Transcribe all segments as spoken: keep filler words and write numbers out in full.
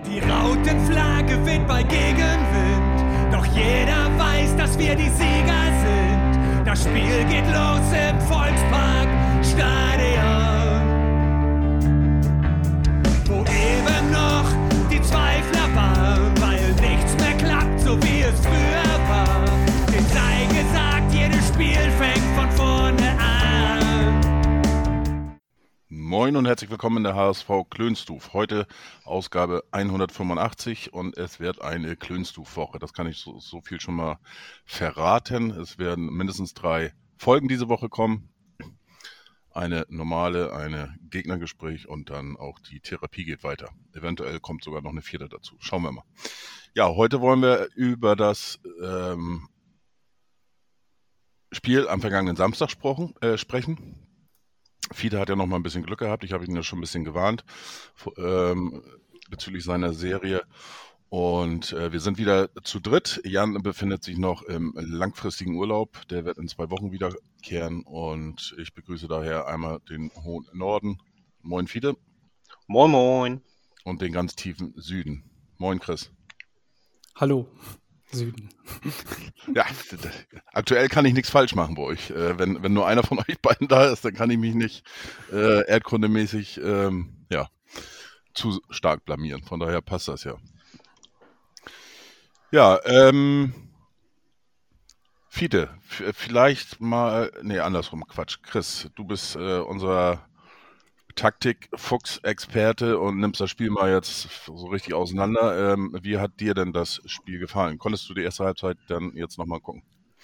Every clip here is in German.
Die Rautenflagge weht bei Gegenwind, doch jeder weiß, dass wir die Sieger sind. Das Spiel geht los im Volksparkstadion, wo eben noch die Zweifler waren, weil nichts mehr klappt, so wie es früher war. Den sei gesagt, jedes Spiel fängt von vorne an. Moin und herzlich willkommen in der H S V Klönstuf. Heute Ausgabe hundertfünfundachtzig und es wird eine Klönstuf-Woche. Das kann ich so, so viel schon mal verraten. Es werden mindestens drei Folgen diese Woche kommen. Eine normale, eine Gegnergespräch und dann auch die Therapie geht weiter. Eventuell kommt sogar noch eine vierte dazu. Schauen wir mal. Ja, heute wollen wir über das ähm, Spiel am vergangenen Samstag sprochen, äh, sprechen. Fiete hat ja noch mal ein bisschen Glück gehabt. Ich habe ihn ja schon ein bisschen gewarnt ähm, bezüglich seiner Serie. Und äh, wir sind wieder zu dritt. Jan befindet sich noch im langfristigen Urlaub. Der wird in zwei Wochen wiederkehren. Und ich begrüße daher einmal den hohen Norden. Moin Fiete. Moin moin. Und den ganz tiefen Süden. Moin Chris. Hallo, Süden. Ja, aktuell kann ich nichts falsch machen bei euch. Äh, wenn, wenn nur einer von euch beiden da ist, dann kann ich mich nicht äh, erdkundemäßig ähm, ja, zu stark blamieren. Von daher passt das ja. Ja, ähm, Fiete, f- vielleicht mal, nee, andersrum, Quatsch. Chris, du bist äh, unser Taktik-Fuchs-Experte und nimmst das Spiel mal jetzt so richtig auseinander. Ähm, wie hat dir denn das Spiel gefallen? Konntest du die erste Halbzeit dann jetzt nochmal gucken?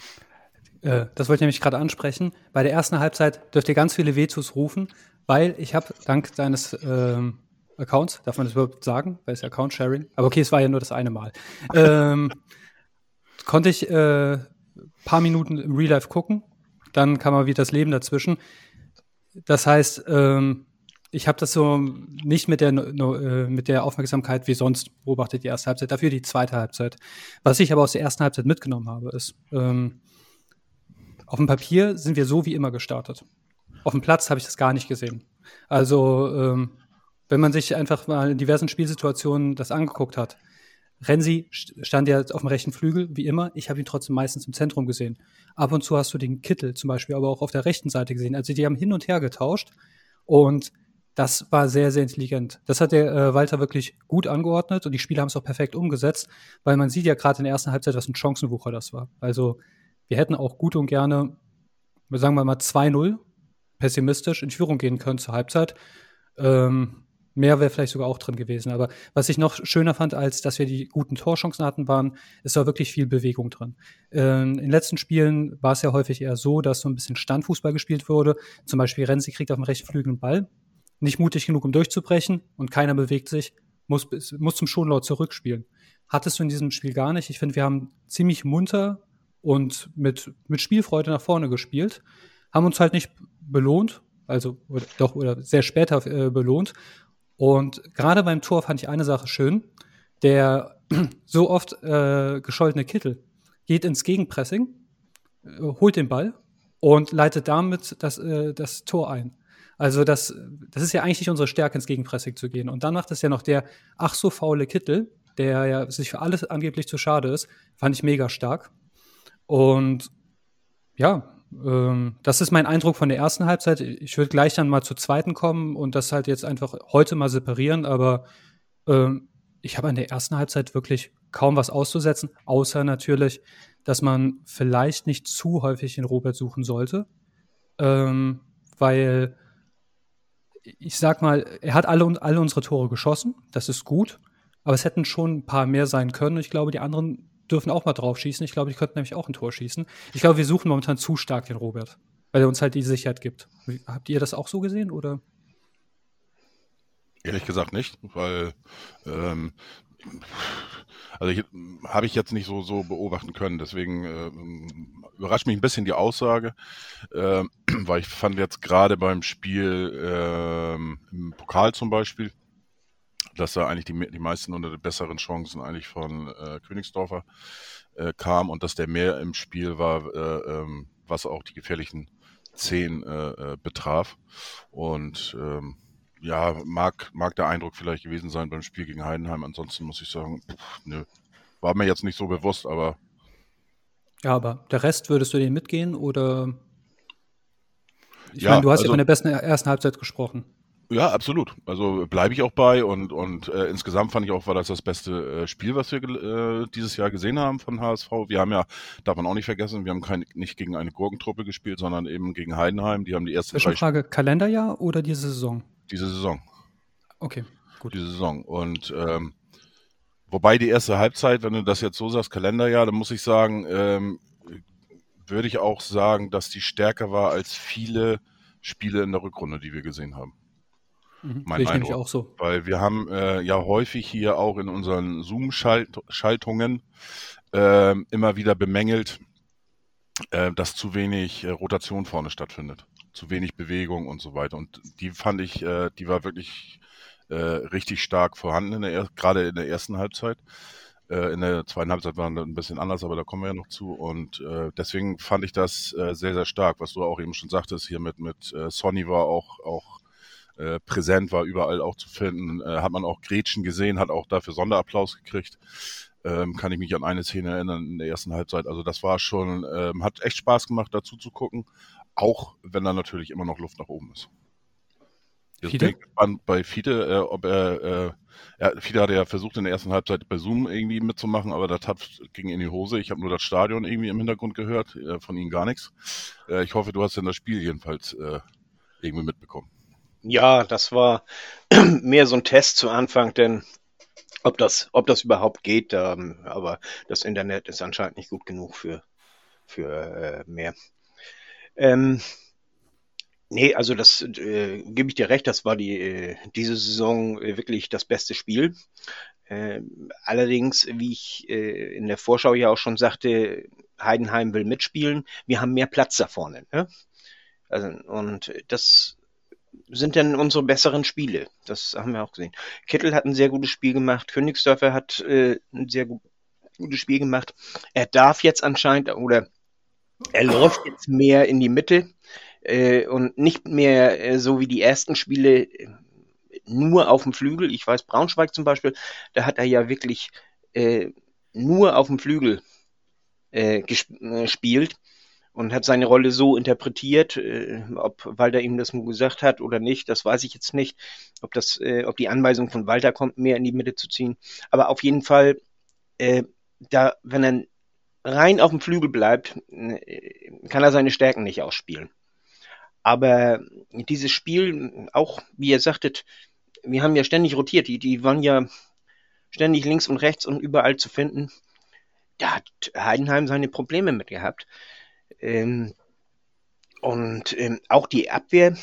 Äh, das wollte ich nämlich gerade ansprechen. Bei der ersten Halbzeit dürft ihr ganz viele Vetos rufen, weil ich habe dank deines ähm, Accounts, darf man das überhaupt sagen, weil es ja Account-Sharing, aber okay, es war ja nur das eine Mal, ähm, konnte ich äh, paar Minuten im Real Life gucken, dann kam mal wieder das Leben dazwischen. Das heißt, ähm, ich habe das so nicht mit der, no, äh, mit der Aufmerksamkeit wie sonst beobachtet, die erste Halbzeit, dafür die zweite Halbzeit. Was ich aber aus der ersten Halbzeit mitgenommen habe, ist, ähm, auf dem Papier sind wir so wie immer gestartet. Auf dem Platz habe ich das gar nicht gesehen. Also, ähm, wenn man sich einfach mal in diversen Spielsituationen das angeguckt hat, Renzi stand ja auf dem rechten Flügel, wie immer. Ich habe ihn trotzdem meistens im Zentrum gesehen. Ab und zu hast du den Kittel zum Beispiel aber auch auf der rechten Seite gesehen. Also die haben hin und her getauscht und das war sehr, sehr intelligent. Das hat der äh, Walter wirklich gut angeordnet und die Spieler haben es auch perfekt umgesetzt, weil man sieht ja gerade in der ersten Halbzeit, was ein Chancenwucher das war. Also wir hätten auch gut und gerne, sagen wir mal zwei null, pessimistisch in Führung gehen können zur Halbzeit. Ähm, Mehr wäre vielleicht sogar auch drin gewesen. Aber was ich noch schöner fand, als dass wir die guten Torchancen hatten, waren, es war wirklich viel Bewegung drin. Ähm, in den letzten Spielen war es ja häufig eher so, dass so ein bisschen Standfußball gespielt wurde. Zum Beispiel Renzi kriegt auf dem rechten Flügel einen Ball, nicht mutig genug, um durchzubrechen und keiner bewegt sich, muss, muss zum Schonlaut zurückspielen. Hattest du in diesem Spiel gar nicht. Ich finde, wir haben ziemlich munter und mit, mit Spielfreude nach vorne gespielt, haben uns halt nicht belohnt, also oder, doch oder sehr später äh, belohnt. Und gerade beim Tor fand ich eine Sache schön. Der so oft äh, gescholtene Kittel geht ins Gegenpressing, äh, holt den Ball und leitet damit das, äh, das Tor ein. Also das, das ist ja eigentlich nicht unsere Stärke, ins Gegenpressing zu gehen. Und dann macht es ja noch der ach so faule Kittel, der ja sich für alles angeblich zu schade ist, fand ich mega stark. Und ja, ähm, das ist mein Eindruck von der ersten Halbzeit. Ich würde gleich dann mal zur zweiten kommen und das halt jetzt einfach heute mal separieren, aber ähm, ich habe an der ersten Halbzeit wirklich kaum was auszusetzen, außer natürlich, dass man vielleicht nicht zu häufig den Robert suchen sollte, ähm, weil ich sag mal, er hat alle, alle unsere Tore geschossen, das ist gut, aber es hätten schon ein paar mehr sein können. Ich glaube, die anderen dürfen auch mal drauf schießen. Ich glaube, die könnten nämlich auch ein Tor schießen. Ich glaube, wir suchen momentan zu stark den Robert, weil er uns halt die Sicherheit gibt. Habt ihr das auch so gesehen, oder? Ehrlich gesagt nicht, weil ähm, also ich, habe ich jetzt nicht so, so beobachten können. Deswegen ähm, überrascht mich ein bisschen die Aussage, ähm, weil ich fand jetzt gerade beim Spiel ähm, im Pokal zum Beispiel, dass da eigentlich die, die meisten unter den besseren Chancen eigentlich von äh, Königsdorfer äh, kam und dass der mehr im Spiel war, äh, ähm, was auch die gefährlichen Szenen äh, äh, betraf. Und ähm, ja, mag, mag der Eindruck vielleicht gewesen sein beim Spiel gegen Heidenheim. Ansonsten muss ich sagen, pff, nö. War mir jetzt nicht so bewusst, aber Ja, aber der Rest würdest du den mitgehen oder? Ich ja, meine, du hast ja also von der besten ersten Halbzeit gesprochen. ja, absolut. Also bleibe ich auch bei und, und äh, insgesamt fand ich auch, war das das beste äh, Spiel, was wir gel- äh, dieses Jahr gesehen haben von H S V. Wir haben ja, darf man auch nicht vergessen, wir haben kein, nicht gegen eine Gurkentruppe gespielt, sondern eben gegen Heidenheim. Die haben die ersten drei Spiele Zwischenfrage, Kalenderjahr oder diese Saison? diese Saison. Okay, gut. Diese Saison. Und ähm, wobei die erste Halbzeit, wenn du das jetzt so sagst, Kalenderjahr, dann muss ich sagen, ähm, würde ich auch sagen, dass die stärker war als viele Spiele in der Rückrunde, die wir gesehen haben. Mhm. Mein Sehe ich nämlich Eindruck. auch so. Weil wir haben äh, ja häufig hier auch in unseren Zoom-Schaltungen ähm, immer wieder bemängelt, äh, dass zu wenig äh, Rotation vorne stattfindet. Zu wenig Bewegung und so weiter. Und die fand ich, äh, die war wirklich äh, richtig stark vorhanden, in der er- gerade in der ersten Halbzeit. Äh, in der zweiten Halbzeit war es ein bisschen anders, aber da kommen wir ja noch zu. Und äh, deswegen fand ich das äh, sehr, sehr stark, was du auch eben schon sagtest, hier mit, mit äh, Sonny war auch, auch äh, präsent, war überall auch zu finden. Äh, hat man auch Gretchen gesehen, hat auch dafür Sonderapplaus gekriegt. Ähm, kann ich mich an eine Szene erinnern in der ersten Halbzeit. Also das war schon, ähm, hat echt Spaß gemacht, dazu zu gucken. Auch wenn da natürlich immer noch Luft nach oben ist. Jetzt bin Fiete? ich gespannt bei Fiete, äh, ob er, äh, ja, Fiete hatte ja versucht in der ersten Halbzeit bei Zoom irgendwie mitzumachen, aber das hat, ging in die Hose. Ich habe nur das Stadion irgendwie im Hintergrund gehört, äh, von ihm gar nichts. Äh, ich hoffe, du hast denn das Spiel jedenfalls äh, irgendwie mitbekommen. Ja, das war mehr so ein Test zu Anfang, denn ob das, ob das überhaupt geht, ähm, aber das Internet ist anscheinend nicht gut genug für, für äh, mehr. Ähm, nee, also das äh, gebe ich dir recht, das war die äh, diese Saison äh, wirklich das beste Spiel. Ähm, allerdings, wie ich äh, in der Vorschau ja auch schon sagte, Heidenheim will mitspielen. Wir haben mehr Platz da vorne. Ne? Also, und das sind dann unsere besseren Spiele. Das haben wir auch gesehen. Kittel hat ein sehr gutes Spiel gemacht. Königsdörfer hat äh, ein sehr gu- gutes Spiel gemacht. Er darf jetzt anscheinend oder er läuft jetzt mehr in die Mitte äh, und nicht mehr äh, so wie die ersten Spiele äh, nur auf dem Flügel. Ich weiß, Braunschweig zum Beispiel, da hat er ja wirklich äh, nur auf dem Flügel äh, gesp- äh, gespielt und hat seine Rolle so interpretiert, äh, ob Walter ihm das nur gesagt hat oder nicht, das weiß ich jetzt nicht, ob das, äh, ob die Anweisung von Walter kommt, mehr in die Mitte zu ziehen. Aber auf jeden Fall, äh, da, wenn er rein auf dem Flügel bleibt, äh, kann er seine Stärken nicht ausspielen. Aber dieses Spiel, auch wie ihr sagtet, wir haben ja ständig rotiert, die, die waren ja ständig links und rechts und überall zu finden. Da hat Heidenheim seine Probleme mit gehabt. Ähm, und ähm, auch die Abwehr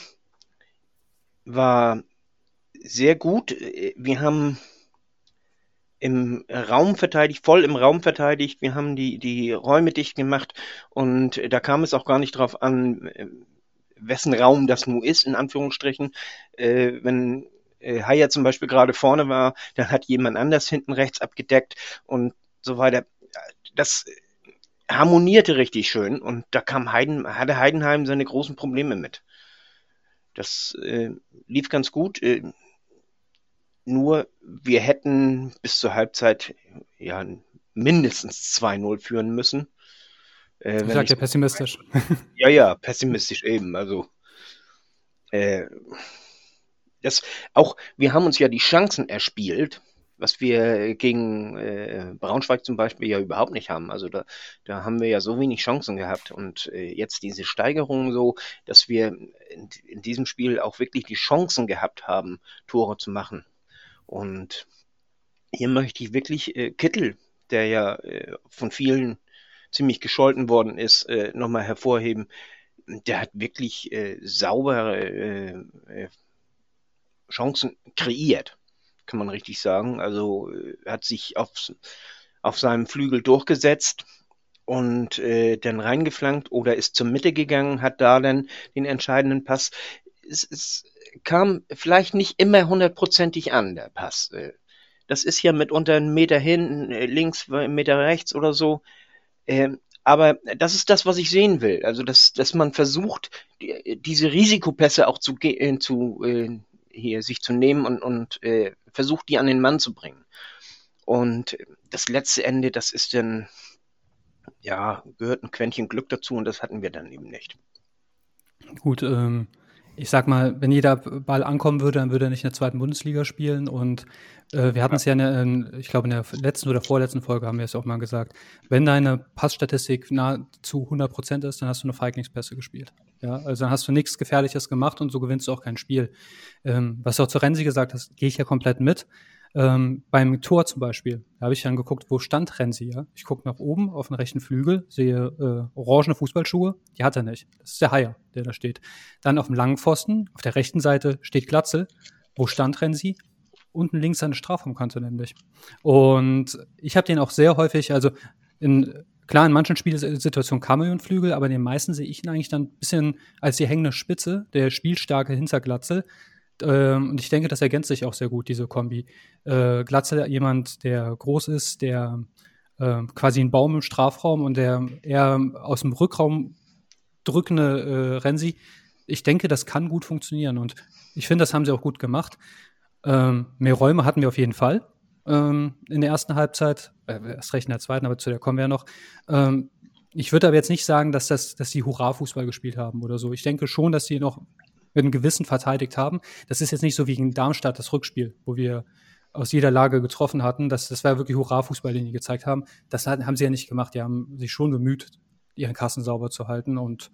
war sehr gut. Äh, Wir haben im Raum verteidigt, voll im Raum verteidigt. Wir haben die, die Räume dicht gemacht und äh, da kam es auch gar nicht drauf an, äh, wessen Raum das nun ist, in Anführungsstrichen. Äh, wenn äh, Haier zum Beispiel gerade vorne war, dann hat jemand anders hinten rechts abgedeckt und so weiter. Das harmonierte richtig schön und da kam Heiden, hatte Heidenheim seine großen Probleme mit. Das äh, lief ganz gut. Äh, nur wir hätten bis zur Halbzeit ja mindestens zwei null führen müssen. Äh, Ich wenn sag nicht ja pessimistisch. Ja, ja, pessimistisch eben. Also äh, das auch, wir haben uns ja die Chancen erspielt, was wir gegen äh, Braunschweig zum Beispiel ja überhaupt nicht haben. Also da, da haben wir ja so wenig Chancen gehabt und äh, jetzt diese Steigerung so, dass wir in, in diesem Spiel auch wirklich die Chancen gehabt haben, Tore zu machen. Und hier möchte ich wirklich äh, Kittel, der ja äh, von vielen ziemlich gescholten worden ist, äh, nochmal hervorheben. Der hat wirklich äh, saubere äh, äh, Chancen kreiert, kann man richtig sagen. Also äh, hat sich auf, auf seinem Flügel durchgesetzt und äh, dann reingeflankt oder ist zur Mitte gegangen, hat da dann den entscheidenden Pass. Es, es kam vielleicht nicht immer hundertprozentig an, der Pass. Äh, Das ist ja mitunter einen Meter hinten, äh, links, einen Meter rechts oder so. Ähm, aber das ist das, was ich sehen will. Also, dass, dass man versucht, die, diese Risikopässe auch zu, ge- äh, zu, äh, hier sich zu nehmen und, und äh, versucht, die an den Mann zu bringen. Und das letzte Ende, das ist dann, ja, gehört ein Quäntchen Glück dazu und das hatten wir dann eben nicht. Gut, ähm, ich sag mal, wenn jeder Ball ankommen würde, dann würde er nicht in der zweiten Bundesliga spielen. Und äh, wir hatten es ja, in der, in, ich glaube, in der letzten oder vorletzten Folge haben wir es auch mal gesagt, wenn deine Passstatistik nahezu hundert Prozent ist, dann hast du nur Feiglingspässe gespielt. Ja, also dann hast du nichts Gefährliches gemacht und so gewinnst du auch kein Spiel. Ähm, was du auch zu Renzi gesagt hast, gehe ich ja komplett mit. Ähm, beim Tor zum Beispiel, da habe ich dann geguckt, wo stand Renzi, ja? Ich gucke nach oben auf den rechten Flügel, sehe äh, orangene Fußballschuhe, die hat er nicht. Das ist der Haier, der da steht. Dann auf dem langen Pfosten, auf der rechten Seite steht Glatzel. Wo stand Renzi? Unten links an der Strafraumkante nämlich. Und ich habe den auch sehr häufig, also in, klar, in manchen Spielsituationen kam er in Flügel, aber in den meisten sehe ich ihn eigentlich dann ein bisschen als die hängende Spitze, der spielstarke hinter Glatzel. Ähm, und ich denke, das ergänzt sich auch sehr gut, diese Kombi. Äh, Glatzel, jemand, der groß ist, der äh, quasi ein Baum im Strafraum und der eher aus dem Rückraum drückende äh, Renzi. Ich denke, das kann gut funktionieren und ich finde, das haben sie auch gut gemacht. Ähm, mehr Räume hatten wir auf jeden Fall ähm, in der ersten Halbzeit, äh, erst recht in der zweiten, aber zu der kommen wir ja noch. Ähm, ich würde aber jetzt nicht sagen, dass, das, dass die Hurra-Fußball gespielt haben oder so. Ich denke schon, dass sie noch mit einem Gewissen verteidigt haben. Das ist jetzt nicht so wie gegen Darmstadt, das Rückspiel, wo wir aus jeder Lage getroffen hatten. Das, das war wirklich Hurra-Fußball, den die gezeigt haben. Das haben sie ja nicht gemacht. Die haben sich schon bemüht, ihren Kassen sauber zu halten. Und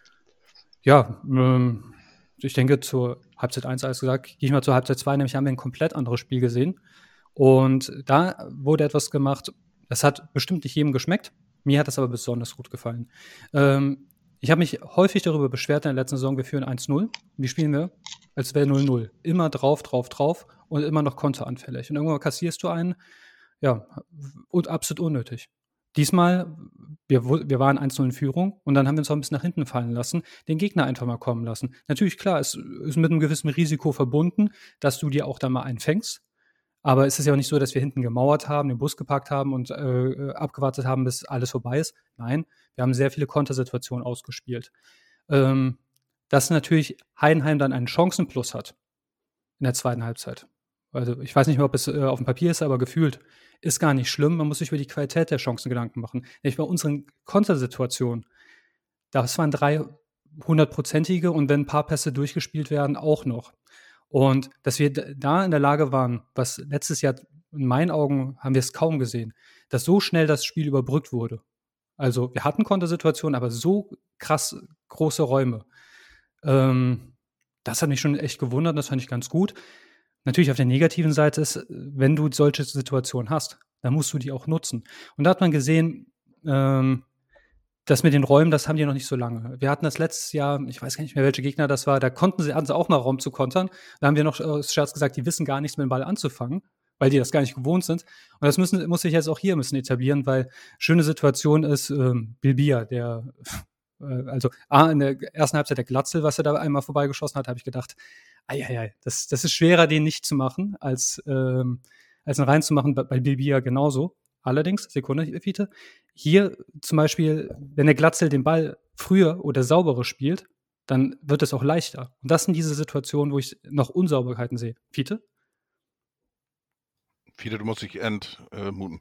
ja, ähm, ich denke, zur Halbzeit eins, alles gesagt, gehe ich mal zur Halbzeit zwei, nämlich haben wir ein komplett anderes Spiel gesehen. Und da wurde etwas gemacht, das hat bestimmt nicht jedem geschmeckt. Mir hat das aber besonders gut gefallen. Ähm, Ich habe mich häufig darüber beschwert in der letzten Saison, wir führen eins null. Wie spielen wir? Als wäre null null. Immer drauf, drauf, drauf und immer noch konteranfällig. Und irgendwann kassierst du einen, ja, und absolut unnötig. Diesmal, wir, wir waren eins null in Führung und dann haben wir uns auch ein bisschen nach hinten fallen lassen, den Gegner einfach mal kommen lassen. Natürlich, klar, es ist mit einem gewissen Risiko verbunden, dass du dir auch dann mal einen fängst. Aber es ist ja auch nicht so, dass wir hinten gemauert haben, den Bus geparkt haben und äh, abgewartet haben, bis alles vorbei ist. Nein, wir haben sehr viele Kontersituationen ausgespielt. Ähm, dass natürlich Heidenheim dann einen Chancenplus hat in der zweiten Halbzeit. Also ich weiß nicht mehr, ob es äh, auf dem Papier ist, aber gefühlt ist gar nicht schlimm. Man muss sich über die Qualität der Chancen Gedanken machen. Nämlich bei unseren Kontersituationen, das waren drei hundertprozentige und wenn ein paar Pässe durchgespielt werden, auch noch. Und dass wir da in der Lage waren, was letztes Jahr in meinen Augen haben wir es kaum gesehen, dass so schnell das Spiel überbrückt wurde. Also wir hatten Kontersituationen, aber so krass große Räume. Ähm, das hat mich schon echt gewundert, das fand ich ganz gut. Natürlich auf der negativen Seite ist, wenn du solche Situationen hast, dann musst du die auch nutzen. Und da hat man gesehen, ähm, das mit den Räumen, das haben die noch nicht so lange. Wir hatten das letztes Jahr, ich weiß gar nicht mehr, welche Gegner das war, da konnten sie, hatten sie auch mal Raum zu kontern. Da haben wir noch aus Scherz gesagt, die wissen gar nichts mit dem Ball anzufangen, weil die das gar nicht gewohnt sind. Und das müssen, muss sich jetzt auch hier ein bisschen etablieren, weil schöne Situation ist ähm, Bilbia, der, äh, also A, in der ersten Halbzeit der Glatzel, was er da einmal vorbeigeschossen hat, habe ich gedacht, ei, ei, ei, das, das ist schwerer, den nicht zu machen, als, ähm, als ihn reinzumachen, bei, bei Bilbia genauso. Allerdings, Sekunde, Fiete, hier zum Beispiel, wenn der Glatzel den Ball früher oder sauberer spielt, dann wird es auch leichter. Und das sind diese Situationen, wo ich noch Unsauberkeiten sehe. Fiete? Fiete, du musst dich entmuten.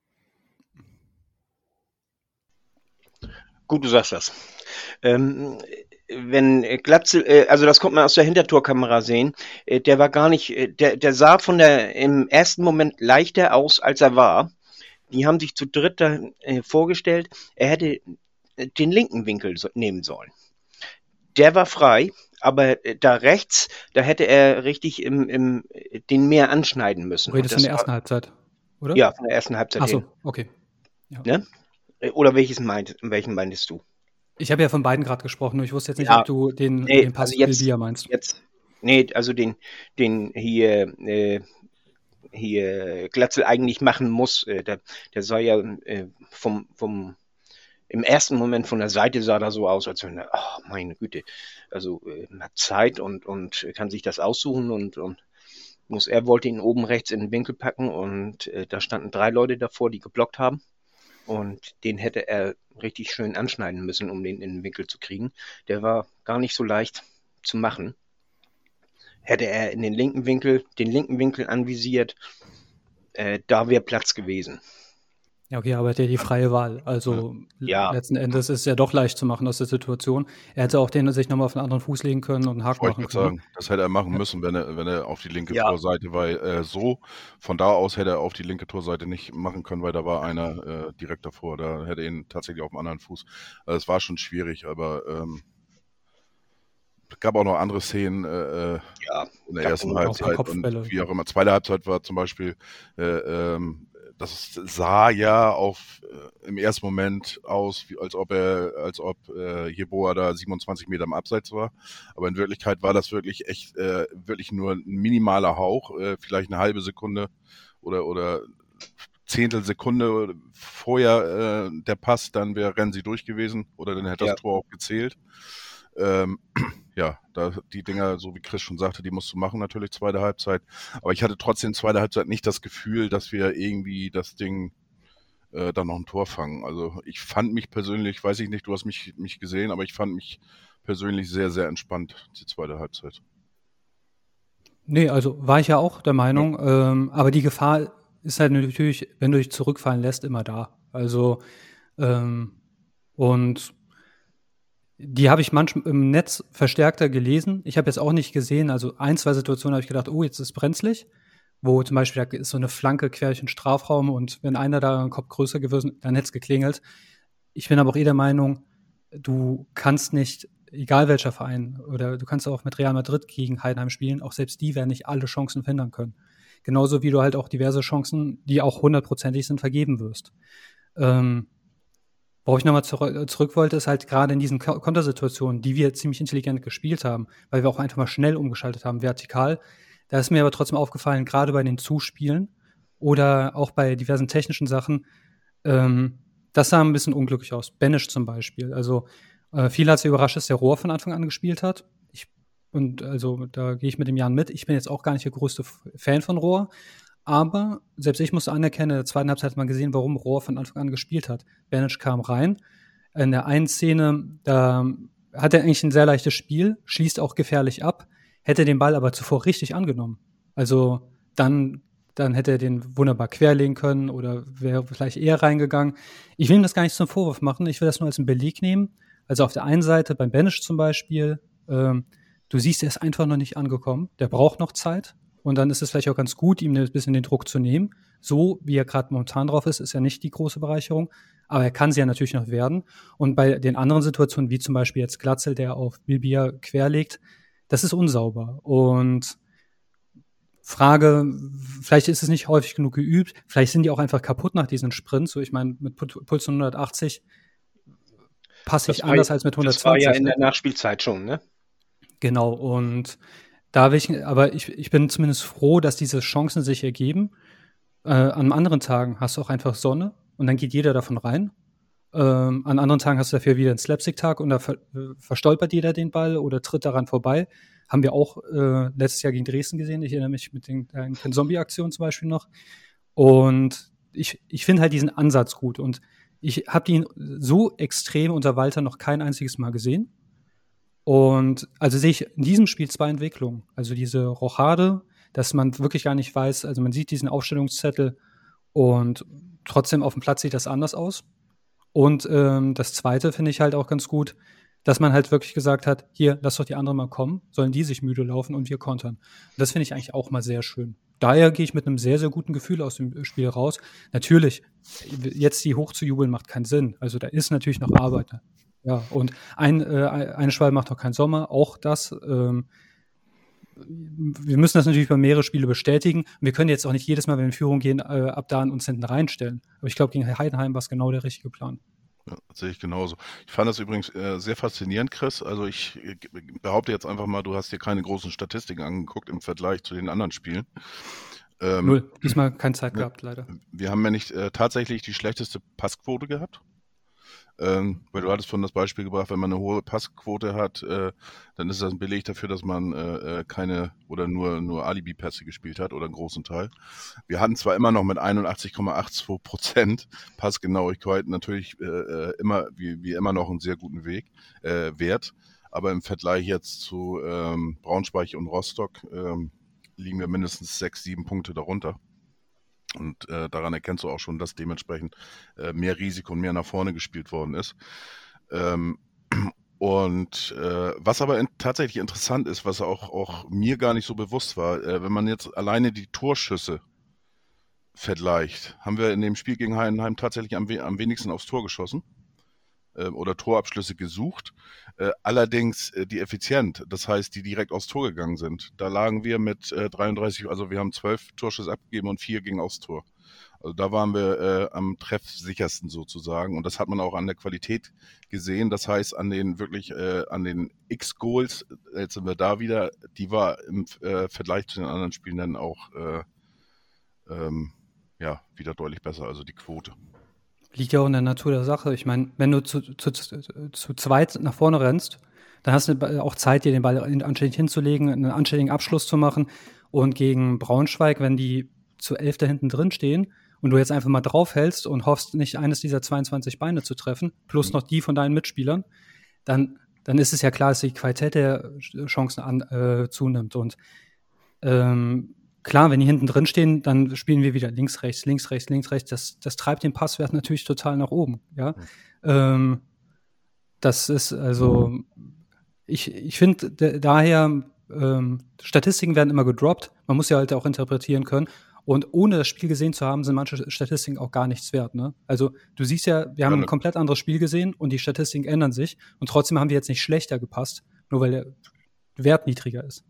Gut, du sagst das. Ähm, wenn Glatzel, äh, also das konnte man aus der Hintertorkamera sehen, äh, der war gar nicht, äh, der, der sah von der im ersten Moment leichter aus, als er war. Die haben sich zu dritt da, äh, vorgestellt, er hätte den linken Winkel so, nehmen sollen. Der war frei, aber äh, da rechts, da hätte er richtig im, im, den mehr anschneiden müssen. Du redest von der ersten war, Halbzeit, oder? Ja, von der ersten Halbzeit. Ach so, hin. okay. Ja. Ne? Oder welches meint, welchen meintest du? Ich habe ja von beiden gerade gesprochen, nur ich wusste jetzt nicht, Ja, ob du den, nee, den Pass also jetzt, Bilbia meinst. Jetzt, nee, also den, den hier, äh, hier Glatzel eigentlich machen muss. Äh, der, der sah ja äh, vom, vom, im ersten Moment von der Seite sah da so aus, als wenn er, oh, meine Güte, also äh, hat Zeit und, und kann sich das aussuchen und, und muss, er wollte ihn oben rechts in den Winkel packen und äh, da standen drei Leute davor, die geblockt haben. Und den hätte er richtig schön anschneiden müssen, um den in den Winkel zu kriegen. Der war gar nicht so leicht zu machen. hätte er in den linken Winkel, den linken Winkel anvisiert, äh, da wäre Platz gewesen. Ja, okay, aber er hat ja die freie Wahl. Also Ja. letzten Endes ist es ja doch leicht zu machen aus der Situation. Er hätte auch den sich nochmal auf einen anderen Fuß legen können und einen Haken Wollte ich machen gerade können. sagen, das hätte er machen müssen, wenn er, wenn er auf die linke Ja. Torseite, weil äh, so, von da aus hätte er auf die linke Torseite nicht machen können, weil da war einer äh, direkt davor, da hätte er ihn tatsächlich auf dem anderen Fuß. Also es war schon schwierig, aber ähm, es gab auch noch andere Szenen äh, Ja, in der gab ersten auch die Halbzeit Kopfbälle. und wie auch immer. Zweite Halbzeit war zum Beispiel, äh, ähm, das sah ja auf, äh, im ersten Moment aus, wie, als ob er, als ob äh, Jeboa da siebenundzwanzig Meter am Abseits war. Aber in Wirklichkeit war das wirklich echt, äh, wirklich nur ein minimaler Hauch, äh, vielleicht eine halbe Sekunde oder oder Zehntelsekunde vorher äh, der Pass, dann wäre Renzi durch gewesen oder dann hätte Ja. das Tor auch gezählt. Ähm, ja, da, die Dinger, so wie Chris schon sagte, die musst du machen natürlich zweite Halbzeit. Aber ich hatte trotzdem zweite Halbzeit nicht das Gefühl, dass wir irgendwie das Ding äh, dann noch ein Tor fangen. Also ich fand mich persönlich, weiß ich nicht, du hast mich, mich gesehen, aber ich fand mich persönlich sehr, sehr entspannt, die zweite Halbzeit. Nee, also war ich ja auch der Meinung, ähm, aber die Gefahr ist halt natürlich, wenn du dich zurückfallen lässt, immer da. Also ähm, und die habe ich manchmal im Netz verstärkter gelesen. Ich habe jetzt auch nicht gesehen, also ein, zwei Situationen habe ich gedacht, oh, jetzt ist brenzlig, wo zum Beispiel da ist so eine Flanke quer durch den Strafraum und wenn einer da einen Kopf größer gewesen, dann hätte es geklingelt. Ich bin aber auch eh der Meinung, du kannst nicht, egal welcher Verein, oder du kannst auch mit Real Madrid gegen Heidenheim spielen, auch selbst die werden nicht alle Chancen verhindern können. Genauso wie du halt auch diverse Chancen, die auch hundertprozentig sind, vergeben wirst. Ähm, Worauf ich nochmal zur- zurück wollte, ist halt gerade in diesen Ko- Kontersituationen, die wir ziemlich intelligent gespielt haben, weil wir auch einfach mal schnell umgeschaltet haben, vertikal. Da ist mir aber trotzdem aufgefallen, gerade bei den Zuspielen oder auch bei diversen technischen Sachen, ähm, das sah ein bisschen unglücklich aus. Benisch zum Beispiel. Also äh, viel hat es überrascht, dass der Rohr von Anfang an gespielt hat. Ich, und also da gehe ich mit dem Jan mit. Ich bin jetzt auch gar nicht der größte F- Fan von Rohr. Aber selbst ich musste anerkennen, in der zweiten Halbzeit hat man gesehen, warum Rohr von Anfang an gespielt hat. Benisch kam rein. In der einen Szene, da hat er eigentlich ein sehr leichtes Spiel, schließt auch gefährlich ab, hätte den Ball aber zuvor richtig angenommen. Also dann, dann hätte er den wunderbar querlegen können oder wäre vielleicht eher reingegangen. Ich will ihm das gar nicht zum Vorwurf machen, ich will das nur als einen Beleg nehmen. Also auf der einen Seite beim Benisch zum Beispiel, ähm, du siehst, er ist einfach noch nicht angekommen, der braucht noch Zeit. Und dann ist es vielleicht auch ganz gut, ihm ein bisschen den Druck zu nehmen. So wie er gerade momentan drauf ist, ist ja nicht die große Bereicherung. Aber er kann sie ja natürlich noch werden. Und bei den anderen Situationen, wie zum Beispiel jetzt Glatzel, der auf Bilbia querlegt, das ist unsauber. Und Frage, vielleicht ist es nicht häufig genug geübt. Vielleicht sind die auch einfach kaputt nach diesen Sprints. So, ich meine, mit Pu- Puls von hundertachtzig passe ich Das war anders ja- als mit Das war hundertzwanzig. ja in ne? der Nachspielzeit schon, ne? Genau, und da will ich, aber ich, ich bin zumindest froh, dass diese Chancen sich ergeben. Äh, an anderen Tagen hast du auch einfach Sonne und dann geht jeder davon rein. Ähm, an anderen Tagen hast du dafür wieder einen Slapstick-Tag und da ver äh, verstolpert jeder den Ball oder tritt daran vorbei. Haben wir auch äh, letztes Jahr gegen Dresden gesehen. Ich erinnere mich mit den äh, Zombie-Aktionen zum Beispiel noch. Und ich, ich finde halt diesen Ansatz gut. Und ich habe ihn so extrem unter Walter noch kein einziges Mal gesehen. Und also sehe ich in diesem Spiel zwei Entwicklungen. Also diese Rochade, dass man wirklich gar nicht weiß, also man sieht diesen Aufstellungszettel und trotzdem auf dem Platz sieht das anders aus. Und ähm, das Zweite finde ich halt auch ganz gut, dass man halt wirklich gesagt hat, hier, lass doch die anderen mal kommen, sollen die sich müde laufen und wir kontern. Und das finde ich eigentlich auch mal sehr schön. Daher gehe ich mit einem sehr, sehr guten Gefühl aus dem Spiel raus. Natürlich, jetzt die hochzujubeln macht keinen Sinn. Also da ist natürlich noch Arbeit. Ja, und ein, äh, eine Schwalbe macht noch keinen Sommer, auch das. Ähm, wir müssen das natürlich über mehrere Spiele bestätigen. Wir können jetzt auch nicht jedes Mal, wenn wir in Führung gehen, äh, ab da an uns hinten reinstellen. Aber ich glaube, gegen Heidenheim war es genau der richtige Plan. Ja, das sehe ich genauso. Ich fand das übrigens äh, sehr faszinierend, Chris. Also ich äh, behaupte jetzt einfach mal, du hast dir keine großen Statistiken angeguckt im Vergleich zu den anderen Spielen. Ähm, Null. Diesmal keine Zeit ne, gehabt, leider. Wir haben ja nicht äh, tatsächlich die schlechteste Passquote gehabt. Ähm, weil du hattest von das Beispiel gebracht, wenn man eine hohe Passquote hat, äh, dann ist das ein Beleg dafür, dass man äh, keine oder nur, nur Alibi-Pässe gespielt hat oder einen großen Teil. Wir hatten zwar immer noch mit einundachtzig Komma zweiundachtzig Prozent Passgenauigkeit natürlich äh, immer wie, wie immer noch einen sehr guten Weg, äh, Wert, aber im Vergleich jetzt zu ähm, Braunschweig und Rostock ähm, liegen wir mindestens sechs, sieben Punkte darunter. Und äh, daran erkennst du auch schon, dass dementsprechend äh, mehr Risiko und mehr nach vorne gespielt worden ist. Ähm, und äh, was aber in, tatsächlich interessant ist, was auch, auch mir gar nicht so bewusst war, äh, wenn man jetzt alleine die Torschüsse vergleicht, haben wir in dem Spiel gegen Heidenheim tatsächlich am, we- am wenigsten aufs Tor geschossen äh, oder Torabschlüsse gesucht. Äh, allerdings äh, die effizient, das heißt, die direkt aufs Tor gegangen sind. Da lagen wir mit äh, dreiunddreißig, also wir haben zwölf Torschüsse abgegeben und vier gingen aufs Tor. Also da waren wir äh, am treffsichersten sozusagen und das hat man auch an der Qualität gesehen. Das heißt, an den wirklich, äh, an den X-Goals, jetzt sind wir da wieder, die war im äh, Vergleich zu den anderen Spielen dann auch äh, ähm, ja, wieder deutlich besser, also die Quote. Liegt ja auch in der Natur der Sache. Ich meine, wenn du zu, zu, zu zweit nach vorne rennst, dann hast du auch Zeit, dir den Ball anständig hinzulegen, einen anständigen Abschluss zu machen. Und gegen Braunschweig, wenn die zu elf da hinten drin stehen und du jetzt einfach mal draufhältst und hoffst, nicht eines dieser zweiundzwanzig Beine zu treffen, plus noch die von deinen Mitspielern, dann, dann ist es ja klar, dass die Qualität der Chancen an, äh, zunimmt. Und ähm, klar, wenn die hinten drin stehen, dann spielen wir wieder links, rechts, links, rechts, links, rechts. Das, das treibt den Passwert natürlich total nach oben. Ja, mhm. ähm, das ist also, ich, ich finde d- daher, ähm, Statistiken werden immer gedroppt. Man muss ja halt auch interpretieren können. Und ohne das Spiel gesehen zu haben, sind manche Statistiken auch gar nichts wert. Ne? Also du siehst ja, wir haben ja, ein komplett anderes Spiel gesehen und die Statistiken ändern sich. Und trotzdem haben wir jetzt nicht schlechter gepasst, nur weil der Wert niedriger ist.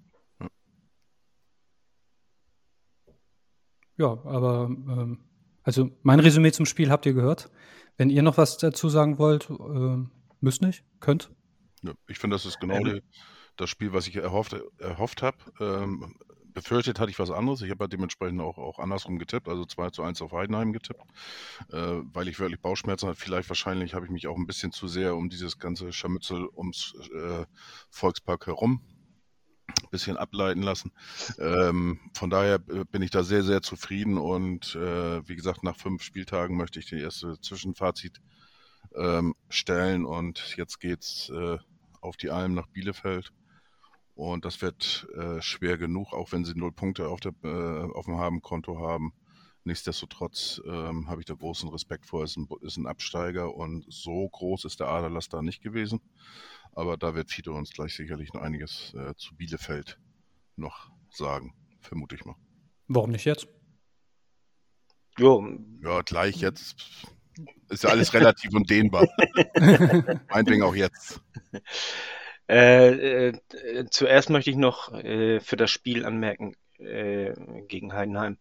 Ja, aber ähm, also mein Resümee zum Spiel habt ihr gehört. Wenn ihr noch was dazu sagen wollt, äh, müsst nicht, könnt. Ja, ich finde, das ist genau ähm. die, das Spiel, was ich erhofft, erhofft habe. Ähm, befürchtet hatte ich was anderes. Ich habe halt dementsprechend auch, auch andersrum getippt, also zwei zu eins auf Heidenheim getippt, äh, weil ich wirklich Bauchschmerzen hatte. Vielleicht wahrscheinlich habe ich mich auch ein bisschen zu sehr um dieses ganze Scharmützel ums äh, Volkspark herum ein bisschen ableiten lassen. Ähm, von daher bin ich da sehr, sehr zufrieden und äh, wie gesagt, nach fünf Spieltagen möchte ich die erste Zwischenfazit ähm, stellen und jetzt geht's äh, auf die Alm nach Bielefeld und das wird äh, schwer genug, auch wenn sie null Punkte auf, der, äh, auf dem Habenkonto haben. Nichtsdestotrotz ähm, habe ich da großen Respekt vor. Es ist ein, ist ein Absteiger und so groß ist der Aderlass da nicht gewesen. Aber da wird Fiete uns gleich sicherlich noch einiges äh, zu Bielefeld noch sagen, vermute ich mal. Warum nicht jetzt? Jo. Ja, gleich jetzt. Ist ja alles relativ und dehnbar. Meinetwegen auch jetzt. Äh, äh, zuerst möchte ich noch äh, für das Spiel anmerken äh, gegen Heidenheim.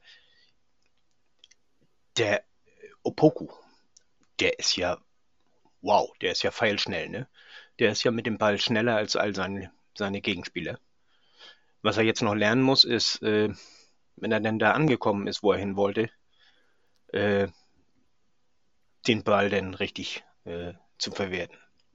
Der Opoku, der ist ja, wow, der ist ja feilschnell, ne? Der ist ja mit dem Ball schneller als all seine, seine Gegenspieler. Was er jetzt noch lernen muss, ist, äh, wenn er denn da angekommen ist, wo er hin wollte, äh, den Ball dann richtig äh, zu verwerten.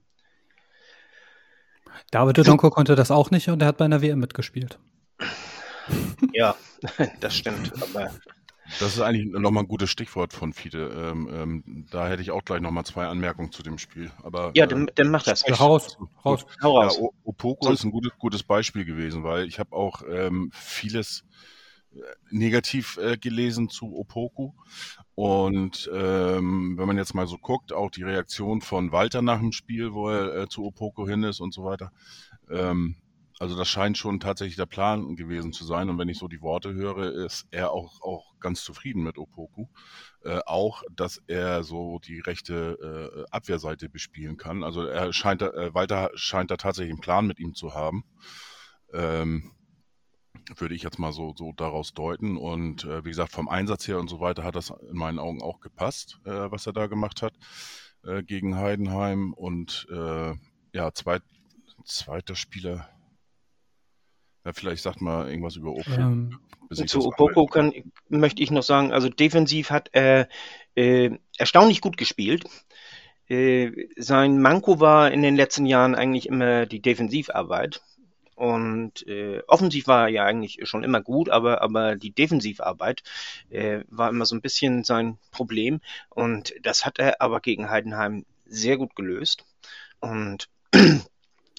David Dodonko konnte das auch nicht und er hat bei einer W M mitgespielt. Ja, das stimmt, aber... Das ist eigentlich nochmal ein gutes Stichwort von Fiete. Ähm, ähm, da hätte ich auch gleich nochmal zwei Anmerkungen zu dem Spiel. Aber, ja, dann, dann mach das. Ja, raus, raus. Hau raus. Ja, Opoku ist ein gutes, gutes Beispiel gewesen, weil ich habe auch ähm, vieles negativ äh, gelesen zu Opoku. Und ähm, wenn man jetzt mal so guckt, auch die Reaktion von Walter nach dem Spiel, wo er äh, zu Opoku hin ist und so weiter, ähm, also das scheint schon tatsächlich der Plan gewesen zu sein. Und wenn ich so die Worte höre, ist er auch, auch ganz zufrieden mit Opoku. Äh, auch, dass er so die rechte äh, Abwehrseite bespielen kann. Also er scheint, äh, Walter scheint da tatsächlich einen Plan mit ihm zu haben. Ähm, würde ich jetzt mal so, so daraus deuten. Und äh, wie gesagt, vom Einsatz her und so weiter hat das in meinen Augen auch gepasst, äh, was er da gemacht hat äh, gegen Heidenheim. Und äh, ja, zweit, zweiter Spieler... Ja, vielleicht sagt mal irgendwas über Opoku. Ähm, zu Opoku kann, möchte ich noch sagen, also defensiv hat er äh, erstaunlich gut gespielt. Äh, sein Manko war in den letzten Jahren eigentlich immer die Defensivarbeit. Und äh, offensiv war er ja eigentlich schon immer gut, aber, aber die Defensivarbeit äh, war immer so ein bisschen sein Problem. Und das hat er aber gegen Heidenheim sehr gut gelöst. Und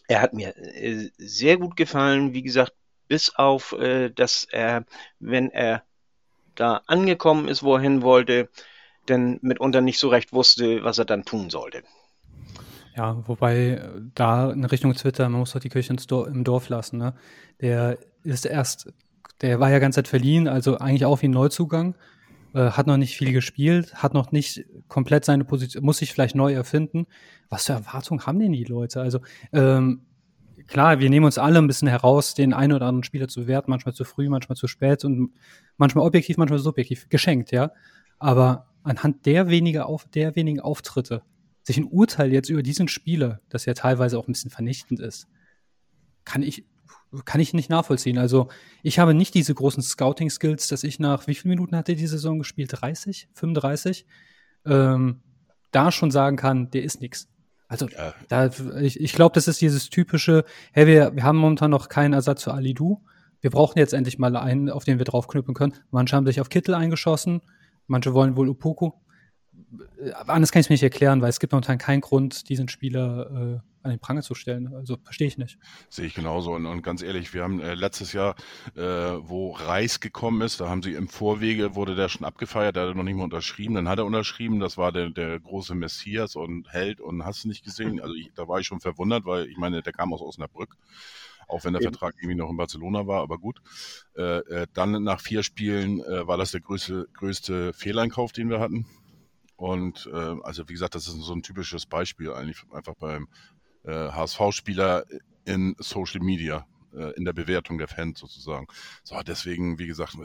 er hat mir äh, sehr gut gefallen, wie gesagt, bis auf, äh, dass er, wenn er da angekommen ist, wo er hin wollte, dann mitunter nicht so recht wusste, was er dann tun sollte. Ja, wobei äh, da in Richtung Twitter, man muss doch die Kirche ins Dor im Dorf lassen, ne? Der ist erst, der war ja ganz Zeit verliehen, also eigentlich auch wie ein Neuzugang, äh, hat noch nicht viel gespielt, hat noch nicht komplett seine Position, muss sich vielleicht neu erfinden. Was für Erwartungen haben denn die Leute? Also, ähm, klar, wir nehmen uns alle ein bisschen heraus, den einen oder anderen Spieler zu werten, manchmal zu früh, manchmal zu spät und manchmal objektiv, manchmal subjektiv, geschenkt, ja. Aber anhand der weniger auf, der wenigen Auftritte sich ein Urteil jetzt über diesen Spieler, das ja teilweise auch ein bisschen vernichtend ist, kann ich, kann ich nicht nachvollziehen. Also ich habe nicht diese großen Scouting-Skills, dass ich nach, wie vielen Minuten hat er die Saison gespielt? dreißig? fünfunddreißig? Ähm, da schon sagen kann, der ist nix. Also Ja, da, ich, ich glaube, das ist dieses typische, hey, wir, wir haben momentan noch keinen Ersatz für Alidu. Wir brauchen jetzt endlich mal einen, auf den wir draufknüpfen können. Manche haben sich auf Kittel eingeschossen, manche wollen wohl Opoku. Äh, Anders kann ich es mir nicht erklären, weil es gibt momentan keinen Grund, diesen Spieler äh, an den Pranger zu stellen. Also verstehe ich nicht. sehe ich genauso. Und, und ganz ehrlich, wir haben äh, letztes Jahr, äh, wo Reis gekommen ist, da haben sie im Vorwege, wurde der schon abgefeiert, der hat noch nicht mal unterschrieben, dann hat er unterschrieben, das war der, der große Messias und Held und hast du nicht gesehen. Also ich, da war ich schon verwundert, weil ich meine, der kam aus Osnabrück, auch wenn der Eben. Vertrag irgendwie noch in Barcelona war, aber gut. Äh, äh, dann nach vier Spielen äh, war das der größte, größte Fehleinkauf, den wir hatten. Und äh, also wie gesagt, das ist so ein typisches Beispiel eigentlich einfach beim äh, H S V-Spieler in Social Media, äh, in der Bewertung der Fans sozusagen. So, deswegen, wie gesagt,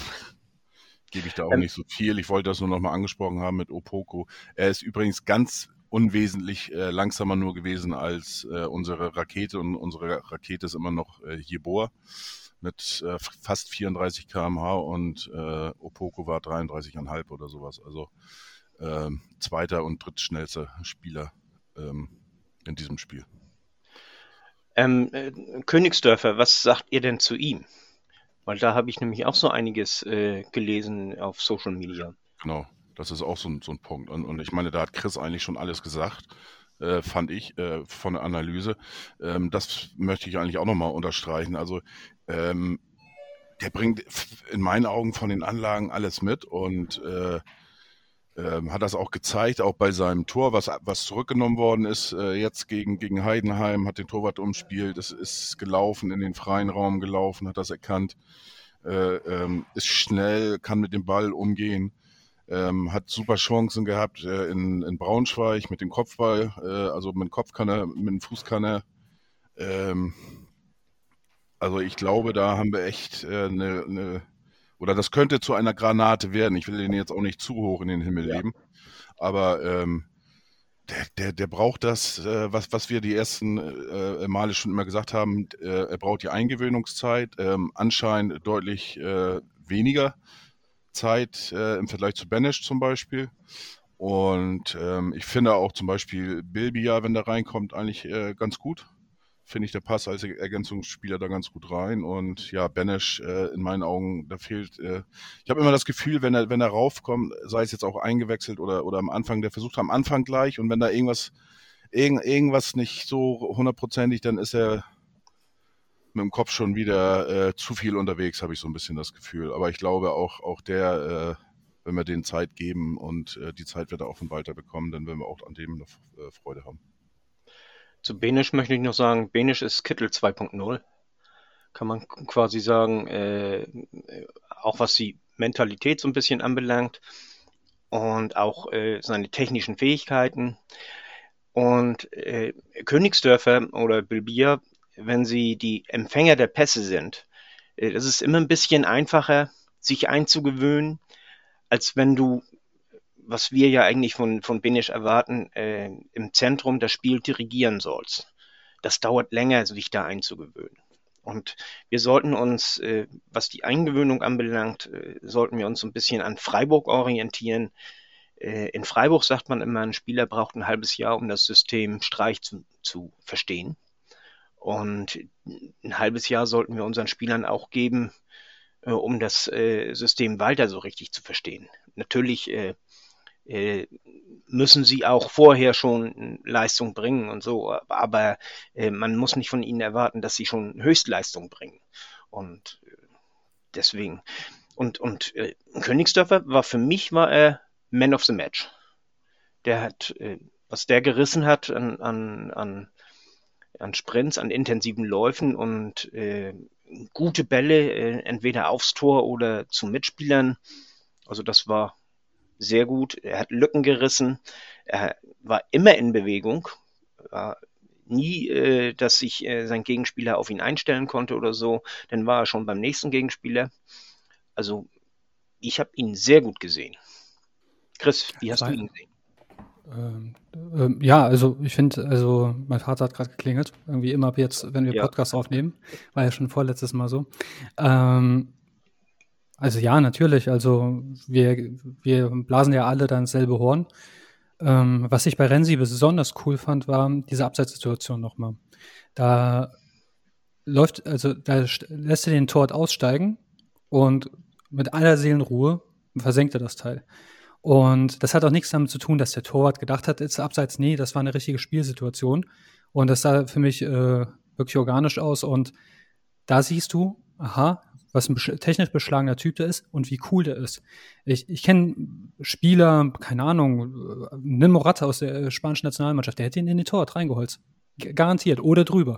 gebe ich da auch Ähm, nicht so viel. Ich wollte das nur nochmal angesprochen haben mit Opoku. Er ist übrigens ganz unwesentlich äh, langsamer nur gewesen als äh, unsere Rakete und unsere Rakete ist immer noch äh, Jeboa mit äh, fast vierunddreißig Kilometer pro Stunde und äh, Opoku war dreiunddreißig Komma fünf oder sowas. Also ähm, zweiter und drittschnellster Spieler ähm, in diesem Spiel. ähm, äh, Königsdörfer, was sagt ihr denn zu ihm? Weil da habe ich nämlich auch so einiges äh, gelesen auf Social Media. Genau, das ist auch so ein, so ein Punkt. Und, und ich meine, da hat Chris eigentlich schon alles gesagt, äh, fand ich, äh, von der Analyse. Ähm, das möchte ich eigentlich auch nochmal unterstreichen. Also ähm, der bringt in meinen Augen von den Anlagen alles mit und äh, ähm, hat das auch gezeigt, auch bei seinem Tor, was, was zurückgenommen worden ist, äh, jetzt gegen, gegen Heidenheim, hat den Torwart umspielt, es ist gelaufen, in den freien Raum gelaufen, hat das erkannt, äh, ähm, ist schnell, kann mit dem Ball umgehen, ähm, hat super Chancen gehabt äh, in, in Braunschweig mit dem Kopfball, äh, also mit dem Kopf kann er, mit dem Fuß kann er. Ähm, also ich glaube, da haben wir echt eine, äh, ne, ne, oder das könnte zu einer Granate werden. Ich will den jetzt auch nicht zu hoch in den Himmel Ja. heben, aber ähm, der, der, der braucht das, äh, was, was wir die ersten äh, Male schon immer gesagt haben, äh, er braucht die Eingewöhnungszeit, ähm, anscheinend deutlich äh, weniger Zeit äh, im Vergleich zu Benesch zum Beispiel. Und ähm, ich finde auch zum Beispiel Bilbia, wenn der reinkommt, eigentlich äh, ganz gut. Finde ich, der passt als Ergänzungsspieler da ganz gut rein. Und ja, Benesch äh, in meinen Augen, da fehlt. Äh, ich habe immer das Gefühl, wenn er, wenn er raufkommt, sei es jetzt auch eingewechselt oder, oder am Anfang, der versucht am Anfang gleich und wenn da irgendwas, irgend, irgendwas nicht so hundertprozentig, dann ist er mit dem Kopf schon wieder äh, zu viel unterwegs, habe ich so ein bisschen das Gefühl. Aber ich glaube auch, auch der, äh, wenn wir denen Zeit geben und äh, die Zeit wird er auch von Walter bekommen, dann werden wir auch an dem eine äh, Freude haben. Zu Benisch möchte ich noch sagen, Benisch ist Kittel zwei Punkt null. Kann man quasi sagen, äh, auch was die Mentalität so ein bisschen anbelangt und auch äh, seine technischen Fähigkeiten. Und äh, Königsdörfer oder Bilbia, wenn sie die Empfänger der Pässe sind, äh, das ist immer ein bisschen einfacher, sich einzugewöhnen, als wenn du, was wir ja eigentlich von, von Benisch erwarten, äh, im Zentrum das Spiel dirigieren sollst. Das dauert länger, sich da einzugewöhnen. Und wir sollten uns, äh, was die Eingewöhnung anbelangt, äh, sollten wir uns so ein bisschen an Freiburg orientieren. Äh, in Freiburg sagt man immer, ein Spieler braucht ein halbes Jahr, um das System Streich zu, zu verstehen. Und ein halbes Jahr sollten wir unseren Spielern auch geben, äh, um das äh, System Walter so richtig zu verstehen. Natürlich äh, äh, müssen sie auch vorher schon Leistung bringen und so. Aber äh, man muss nicht von ihnen erwarten, dass sie schon Höchstleistung bringen. Und äh, deswegen. Und, und äh, Königsdörfer war für mich war er Man of the Match. Der hat, äh, was der gerissen hat an, an, an, an Sprints, an intensiven Läufen und äh, gute Bälle, äh, entweder aufs Tor oder zu Mitspielern. Also das war sehr gut. Er hat Lücken gerissen. Er war immer in Bewegung. War nie, äh, dass sich äh, sein Gegenspieler auf ihn einstellen konnte oder so. Dann war er schon beim nächsten Gegenspieler. Also ich habe ihn sehr gut gesehen. Chris, wie hast Weil, du ihn gesehen? Ähm, ähm, ja, also ich finde, also mein Vater hat gerade geklingelt. Irgendwie immer ab jetzt, wenn wir Ja. Podcast aufnehmen, war ja schon vorletztes Mal so. Ähm, also ja, natürlich. Also wir, wir blasen ja alle dann dasselbe Horn. Ähm, was ich bei Renzi besonders cool fand, war diese Abseitssituation nochmal. Da läuft, also da st- lässt er den Torwart aussteigen und mit aller Seelenruhe versenkt er das Teil. Und das hat auch nichts damit zu tun, dass der Torwart gedacht hat, ist abseits. Nee, das war eine richtige Spielsituation. Und das sah für mich äh, wirklich organisch aus. Und da siehst du, aha, was ein besch- technisch beschlagener Typ der ist und wie cool der ist. Ich, ich kenne Spieler, keine Ahnung, äh, nimm Morata aus der äh, spanischen Nationalmannschaft, der hätte ihn in den Torwart reingeholzt. G- Garantiert. Oder drüber.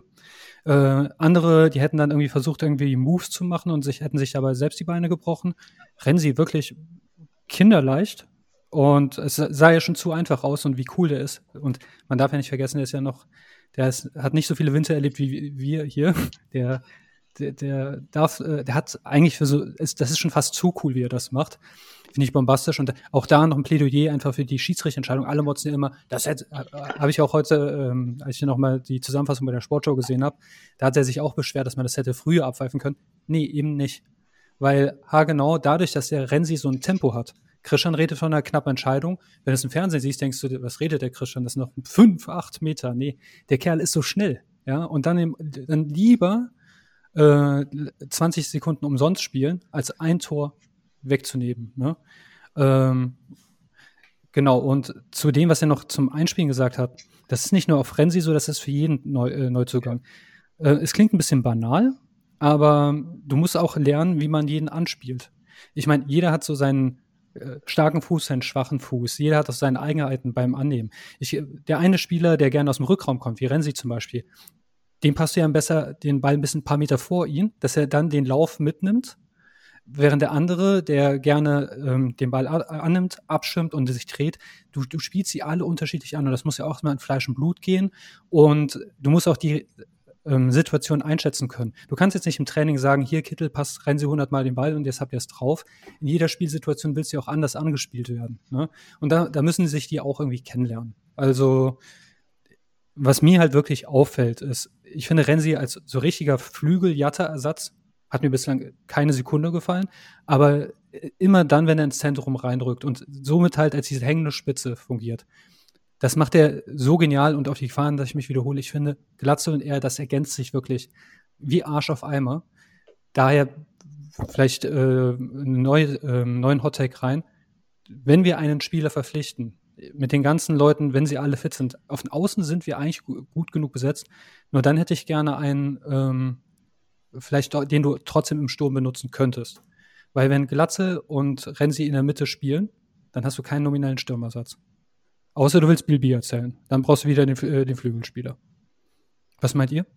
Äh, andere, die hätten dann irgendwie versucht, irgendwie Moves zu machen und sich, hätten sich dabei selbst die Beine gebrochen. Renzi wirklich kinderleicht. Und es sah ja schon zu einfach aus und wie cool der ist. Und man darf ja nicht vergessen, der ist ja noch, der ist, hat nicht so viele Winter erlebt wie wir hier. Der, der, der darf, äh, der hat eigentlich für so, ist, das ist schon fast zu cool, wie er das macht. Finde ich bombastisch. Und auch da noch ein Plädoyer einfach für die Schiedsrichterentscheidung. Alle motzen ja immer, das hätte, äh, habe ich auch heute, ähm, als ich nochmal die Zusammenfassung bei der Sportshow gesehen habe, da hat er sich auch beschwert, dass man das hätte früher abpfeifen können. Nee, eben nicht. Weil haargenau dadurch, dass der Renzi so ein Tempo hat. Christian redet von einer knappen Entscheidung. Wenn du es im Fernsehen siehst, denkst du, was redet der Christian? Das sind noch fünf, acht Meter. Nee, der Kerl ist so schnell. Ja, und dann, im, dann lieber äh, zwanzig Sekunden umsonst spielen, als ein Tor wegzunehmen. Ne? Ähm, genau, und zu dem, was er noch zum Einspielen gesagt hat, das ist nicht nur auf Renzi so, das ist für jeden Neu, äh, Neuzugang. Äh, es klingt ein bisschen banal, aber du musst auch lernen, wie man jeden anspielt. Ich meine, jeder hat so seinen äh, starken Fuß, seinen schwachen Fuß. Jeder hat auch seine Eigenheiten beim Annehmen. Ich, der eine Spieler, der gerne aus dem Rückraum kommt, wie Renzi zum Beispiel, dem passt du ja besser den Ball ein bisschen ein paar Meter vor ihn, dass er dann den Lauf mitnimmt, während der andere, der gerne ähm, den Ball a- annimmt, abschirmt und sich dreht, du, du spielst sie alle unterschiedlich an und das muss ja auch mal in Fleisch und Blut gehen und du musst auch die ähm, Situation einschätzen können. Du kannst jetzt nicht im Training sagen, hier Kittel, passt, rennen Sie hundert Mal den Ball und jetzt habt ihr es drauf. In jeder Spielsituation willst du ja auch anders angespielt werden. Ne? Und da, da müssen sich die auch irgendwie kennenlernen. Also was mir halt wirklich auffällt, ist, ich finde Renzi als so richtiger Flügel-Jatta-Ersatz hat mir bislang keine Sekunde gefallen, aber immer dann, wenn er ins Zentrum reinrückt und somit halt als diese hängende Spitze fungiert. Das macht er so genial und auf die Gefahren, dass ich mich wiederhole. Ich finde, Glatze und er, das ergänzt sich wirklich wie Arsch auf Eimer. Daher vielleicht äh, einen neu, äh, neuen Hottake rein. Wenn wir einen Spieler verpflichten, mit den ganzen Leuten, wenn sie alle fit sind, auf den Außen sind wir eigentlich gu- gut genug besetzt. Nur dann hätte ich gerne einen, ähm, vielleicht do- den du trotzdem im Sturm benutzen könntest. Weil wenn Glatze und Renzi in der Mitte spielen, dann hast du keinen nominellen Stürmersatz. Außer du willst Bilby erzählen. Dann brauchst du wieder den, Fl- äh, den Flügelspieler. Was meint ihr?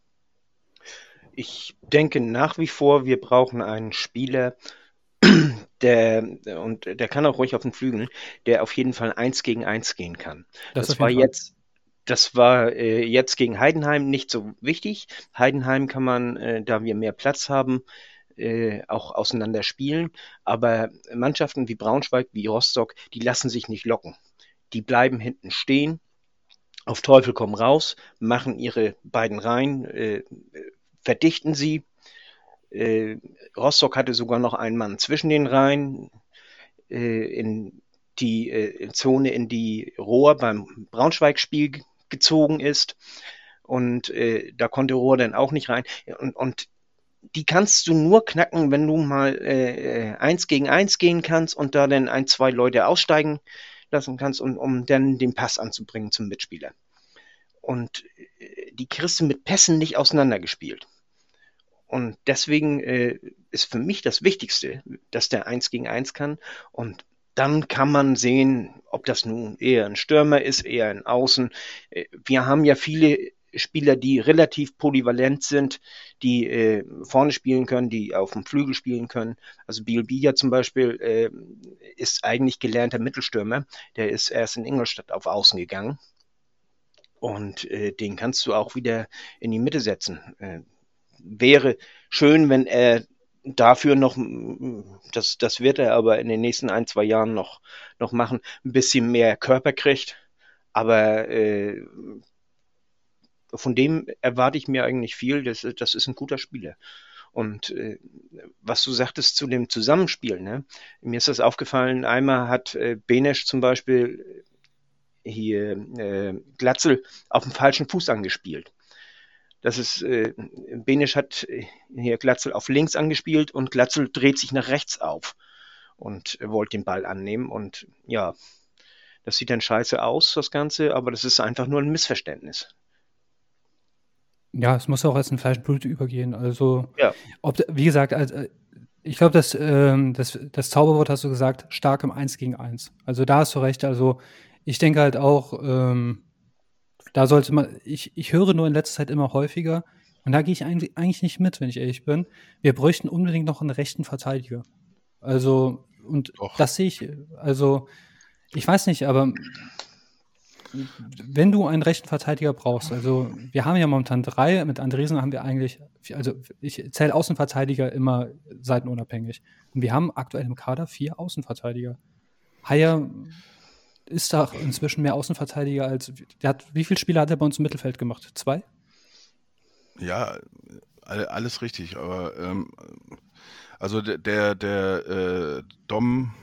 Ich denke nach wie vor, wir brauchen einen Spieler, der, und der kann auch ruhig auf den Flügeln, der auf jeden Fall eins gegen eins gehen kann. Das Das auf war jeden Fall. jetzt, das war äh, jetzt gegen Heidenheim nicht so wichtig. Heidenheim kann man, äh, da wir mehr Platz haben, äh, auch auseinander spielen. Aber Mannschaften wie Braunschweig, wie Rostock, die lassen sich nicht locken. Die bleiben hinten stehen, auf Teufel komm raus, machen ihre beiden Reihen, äh, verdichten sie. Äh, Rostock hatte sogar noch einen Mann zwischen den Reihen, äh, in die äh, Zone, in die Rohr beim Braunschweig-Spiel g- gezogen ist. Und äh, da konnte Rohr dann auch nicht rein. Und, und die kannst du nur knacken, wenn du mal äh, eins gegen eins gehen kannst und da dann ein, zwei Leute aussteigen lassen kannst, um, um dann den Pass anzubringen zum Mitspieler. Und äh, die kriegst du mit Pässen nicht auseinandergespielt. Und deswegen äh, ist für mich das Wichtigste, dass der eins gegen eins kann. Und dann kann man sehen, ob das nun eher ein Stürmer ist, eher ein Außen. Äh, wir haben ja viele Spieler, die relativ polyvalent sind, die äh, vorne spielen können, die auf dem Flügel spielen können. Also Biel Biya zum Beispiel äh, ist eigentlich gelernter Mittelstürmer. Der ist erst in Ingolstadt auf Außen gegangen. Und äh, den kannst du auch wieder in die Mitte setzen. Äh, wäre schön, wenn er dafür noch, das, das wird er aber in den nächsten ein, zwei Jahren noch, noch machen, ein bisschen mehr Körper kriegt. Aber äh, von dem erwarte ich mir eigentlich viel. Das, das ist ein guter Spieler. Und äh, was du sagtest zu dem Zusammenspiel, ne? Mir ist das aufgefallen, einmal hat äh, Benesch zum Beispiel hier äh, Glatzel auf dem falschen Fuß angespielt. Das ist, äh, Benesch hat hier Glatzel auf links angespielt und Glatzel dreht sich nach rechts auf und wollte den Ball annehmen. Und ja, das sieht dann scheiße aus, das Ganze, aber das ist einfach nur ein Missverständnis. Ja, es muss auch als ein Fleisch und Blut übergehen. Also, Ja. ob, wie gesagt, also, ich glaube, das, ähm, das, das Zauberwort hast du gesagt, stark im eins gegen eins. Also da hast du recht. Also ich denke halt auch, ähm, da sollte man, ich, ich höre nur in letzter Zeit immer häufiger, und da gehe ich eigentlich, eigentlich nicht mit, wenn ich ehrlich bin. Wir bräuchten unbedingt noch einen rechten Verteidiger. Also, und Doch. das sehe ich, also, ich weiß nicht, aber wenn du einen rechten Verteidiger brauchst, also wir haben ja momentan drei, mit Andresen haben wir eigentlich, also ich zähle Außenverteidiger immer seitenunabhängig. Und wir haben aktuell im Kader vier Außenverteidiger. Haier ist da inzwischen mehr Außenverteidiger als, der hat, wie viele Spiele hat er bei uns im Mittelfeld gemacht? Zwei? Ja, all- alles richtig, aber ähm, also der, der, der äh, Dom,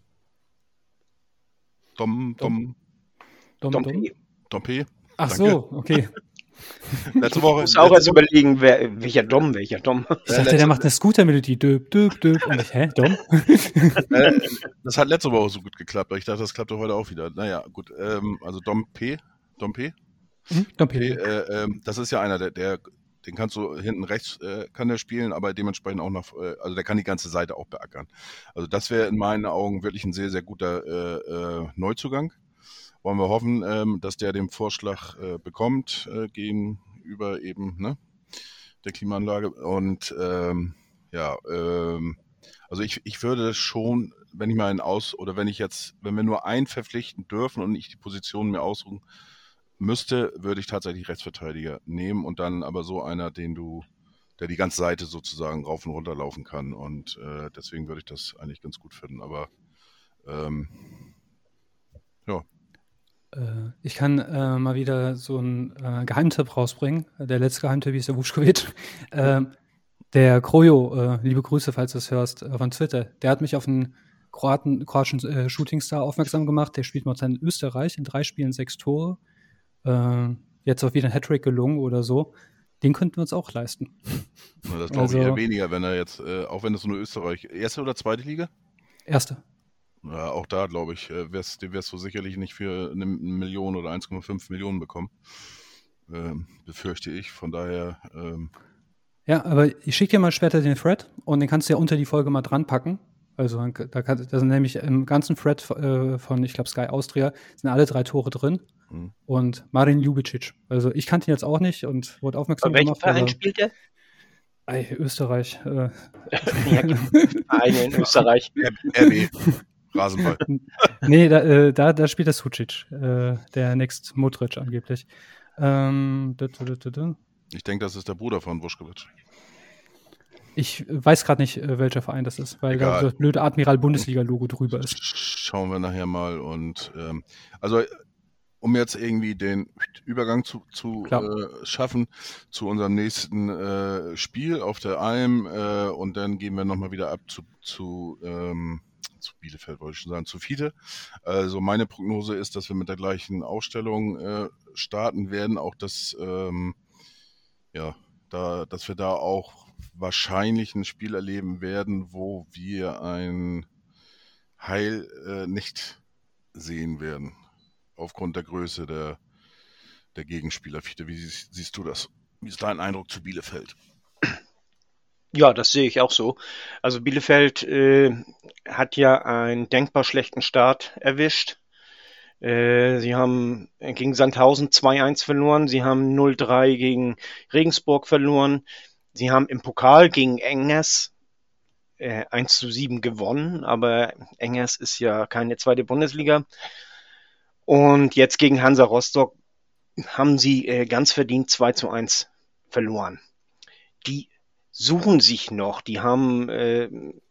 Dom, Dom, Dom, Dom Dom? P. Dompe. Ach Danke. so, okay. Letzte Ich Woche. muss auch letzte erst überlegen, wer, welcher Dom, welcher Dom. Ich dachte, der macht eine Scooter-Melodie. Döp, döp, döp. Und ich, hä, Dom? Äh, das hat letzte Woche so gut geklappt, aber ich dachte, das klappt doch heute auch wieder. Naja, gut. Ähm, also Dom P. Dom P. Mhm, Dom P P. äh, ähm, das ist ja einer, der, der, den kannst du hinten rechts, äh, kann der spielen, aber dementsprechend auch noch, äh, also der kann die ganze Seite auch beackern. Also das wäre in meinen Augen wirklich ein sehr, sehr guter äh, äh, Neuzugang. Wollen wir hoffen, ähm, dass der den Vorschlag äh, bekommt, äh, gegenüber eben ne, der Klimaanlage. Und ähm, ja, ähm, also ich, ich würde schon, wenn ich mal einen aus, oder wenn ich jetzt, wenn wir nur einen verpflichten dürfen und ich die Position mir aussuchen müsste, würde ich tatsächlich Rechtsverteidiger nehmen und dann aber so einer, den du, der die ganze Seite sozusagen rauf und runter laufen kann. Und äh, deswegen würde ich das eigentlich ganz gut finden. Aber ähm, ja. Äh, ich kann äh, mal wieder so einen äh, Geheimtipp rausbringen. Der letzte Geheimtipp ist der Vuskovic. Ähm, der Krojo, äh, liebe Grüße, falls du es hörst, äh, von Twitter, der hat mich auf einen Kroaten, kroatischen äh, Shootingstar aufmerksam gemacht. Der spielt momentan in Österreich, in drei Spielen sechs Tore. Äh, jetzt auch wieder ein Hattrick gelungen oder so. Den könnten wir uns auch leisten. Na, das glaube Also- ich eher weniger, wenn er jetzt, äh, auch wenn es so eine Österreich, erste oder zweite Liga? Erste. Ja, auch da glaube ich, äh, wär's, den wirst du sicherlich nicht für eine Million oder eins Komma fünf Millionen bekommen. Ähm, befürchte ich. Von daher, ähm, Ja, aber ich schicke dir mal später den Thread und den kannst du ja unter die Folge mal dran packen. Also dann- da, kann, da sind nämlich im ganzen Thread äh, von, ich glaube, Sky Austria, sind alle drei Tore drin. Mhm. Und Marin Ljubicic. Also ich kannte ihn jetzt auch nicht und wurde aufmerksam Bei welchem gemacht. Verein aber- spielt er? Ey, Österreich. Äh, Ja, Vereine in Österreich. R B, Rasenball. nee, da, äh, da, da spielt der Sucic, äh, der Next Modric angeblich. Ähm, da, da, da, da, da. Ich denke, das ist der Bruder von Vuskovic. Ich weiß gerade nicht, äh, welcher Verein das ist, weil da Egal. das blöde Admiral-Bundesliga-Logo drüber ist. Schauen wir nachher mal. Und ähm, also um jetzt irgendwie den Übergang zu, zu Klar. äh, schaffen zu unserem nächsten äh, Spiel auf der Alm äh, und dann gehen wir nochmal wieder ab zu, zu, ähm, zu Bielefeld, wollte ich schon sagen, zu Fiete. Also meine Prognose ist, dass wir mit der gleichen Aufstellung äh, starten werden, auch das, ähm, ja, da, dass wir da auch wahrscheinlich ein Spiel erleben werden, wo wir ein Heil äh, nicht sehen werden, aufgrund der Größe der, der Gegenspieler. Fiete, wie siehst, siehst du das? Wie ist dein Eindruck zu Bielefeld? Ja, das sehe ich auch so. Also Bielefeld äh, hat ja einen denkbar schlechten Start erwischt. Äh, sie haben gegen Sandhausen zwei eins verloren. Sie haben null drei gegen Regensburg verloren. Sie haben im Pokal gegen Engers äh, eins zu sieben gewonnen. Aber Engers ist ja keine zweite Bundesliga. Und jetzt gegen Hansa Rostock haben sie äh, ganz verdient zwei zu eins verloren. Die suchen sich noch. Die haben äh,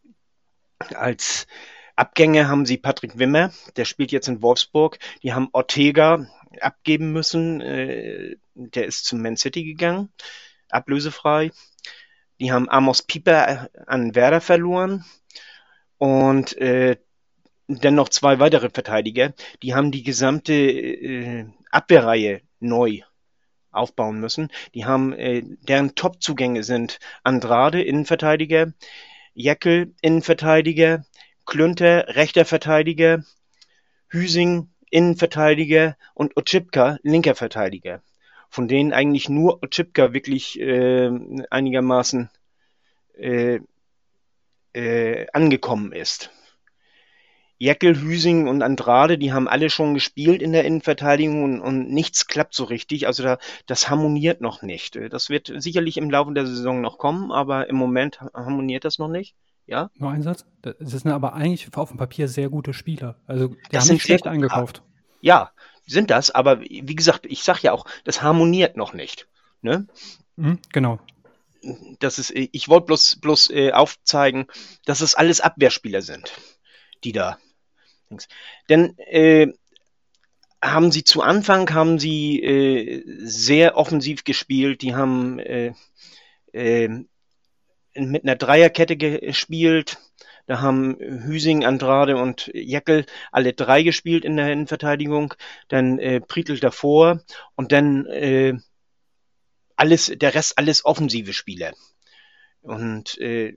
als Abgänge haben sie Patrick Wimmer, der spielt jetzt in Wolfsburg. Die haben Ortega abgeben müssen. Äh, der ist zum Man City gegangen, ablösefrei. Die haben Amos Pieper an Werder verloren. Und äh, dann noch zwei weitere Verteidiger. Die haben die gesamte äh, Abwehrreihe neu aufbauen müssen. Die haben, äh, deren Top-Zugänge sind Andrade, Innenverteidiger, Jäckel, Innenverteidiger, Klünter, rechter Verteidiger, Hüsing, Innenverteidiger und Otschipka, linker Verteidiger. Von denen eigentlich nur Otschipka wirklich äh, einigermaßen äh, äh, angekommen ist. Jäckel, Hüsing und Andrade, die haben alle schon gespielt in der Innenverteidigung und, und nichts klappt so richtig. Also da, das harmoniert noch nicht. Das wird sicherlich im Laufe der Saison noch kommen, aber im Moment harmoniert das noch nicht. Ja? Nur ein Satz. Das sind aber eigentlich auf dem Papier sehr gute Spieler. Also die Das haben sind nicht schlecht sehr- eingekauft. Ja, sind das, aber wie gesagt, ich sag ja auch, das harmoniert noch nicht. Ne? Mhm, genau. Das ist, ich wollte bloß, bloß äh, aufzeigen, dass es alles Abwehrspieler sind, die da. Denn äh, haben sie zu Anfang haben sie äh, sehr offensiv gespielt. Die haben äh, äh, mit einer Dreierkette gespielt. Da haben Hüsing, Andrade und Jäckel alle drei gespielt in der Innenverteidigung. Dann äh, Prietl davor und dann äh, alles, der Rest alles offensive Spieler. Und äh,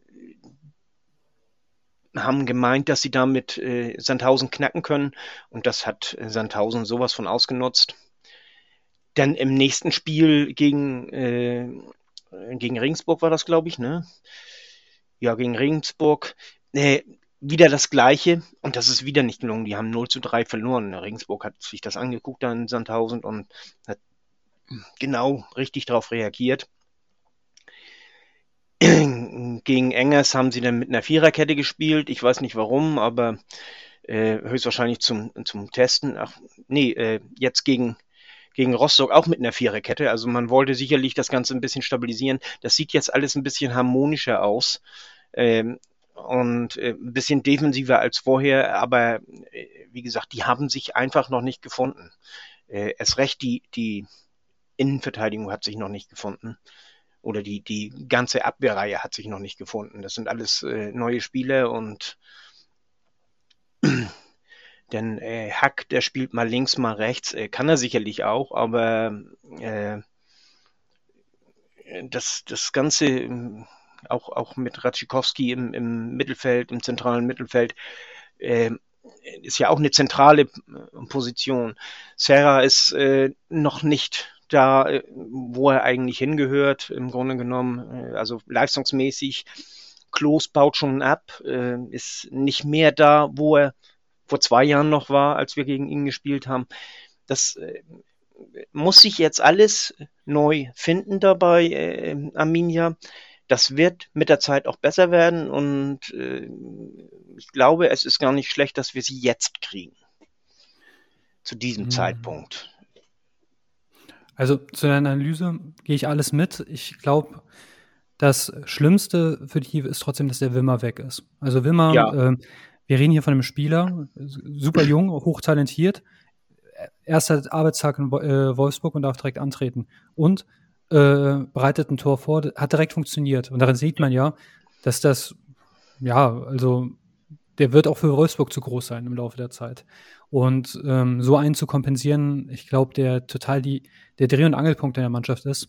haben gemeint, dass sie damit äh, Sandhausen knacken können. Und das hat äh, Sandhausen sowas von ausgenutzt. Dann im nächsten Spiel gegen, äh, gegen Regensburg war das, glaube ich, ne? Ja, gegen Regensburg. Äh, wieder das Gleiche. Und das ist wieder nicht gelungen. Die haben null zu drei verloren. Regensburg hat sich das angeguckt da in Sandhausen und hat genau richtig darauf reagiert. Gegen Engers haben sie dann mit einer Viererkette gespielt. Ich weiß nicht warum, aber äh, höchstwahrscheinlich zum, zum Testen. Ach, nee, äh, jetzt gegen, gegen Rostock auch mit einer Viererkette. Also man wollte sicherlich das Ganze ein bisschen stabilisieren. Das sieht jetzt alles ein bisschen harmonischer aus ähm, und äh, ein bisschen defensiver als vorher. Aber äh, wie gesagt, die haben sich einfach noch nicht gefunden. Äh, erst recht die, die Innenverteidigung hat sich noch nicht gefunden. Oder die, die ganze Abwehrreihe hat sich noch nicht gefunden. Das sind alles äh, neue Spieler und denn äh, Hack, der spielt mal links, mal rechts, äh, kann er sicherlich auch, aber äh, das, das Ganze äh, auch, auch mit Raczikowski im, im Mittelfeld, im zentralen Mittelfeld, äh, ist ja auch eine zentrale Position. Serra ist äh, noch nicht da, wo er eigentlich hingehört, im Grunde genommen, also leistungsmäßig. Klos baut schon ab, ist nicht mehr da, wo er vor zwei Jahren noch war, als wir gegen ihn gespielt haben. Das muss sich jetzt alles neu finden dabei, äh, Arminia. Das wird mit der Zeit auch besser werden und äh, ich glaube, es ist gar nicht schlecht, dass wir sie jetzt kriegen. Zu diesem Hm. Zeitpunkt. Also zu der Analyse gehe ich alles mit. Ich glaube, das Schlimmste für die ist trotzdem, dass der Wimmer weg ist. Also Wimmer, Ja. äh, wir reden hier von einem Spieler, super jung, hochtalentiert, erster Arbeitstag in Wo- äh, Wolfsburg und darf direkt antreten. Und äh, bereitet ein Tor vor, hat direkt funktioniert. Und darin sieht man ja, dass das, ja, also der wird auch für Wolfsburg zu groß sein im Laufe der Zeit. Und ähm, so einen zu kompensieren, ich glaube, der total die, der Dreh- und Angelpunkt in der Mannschaft ist,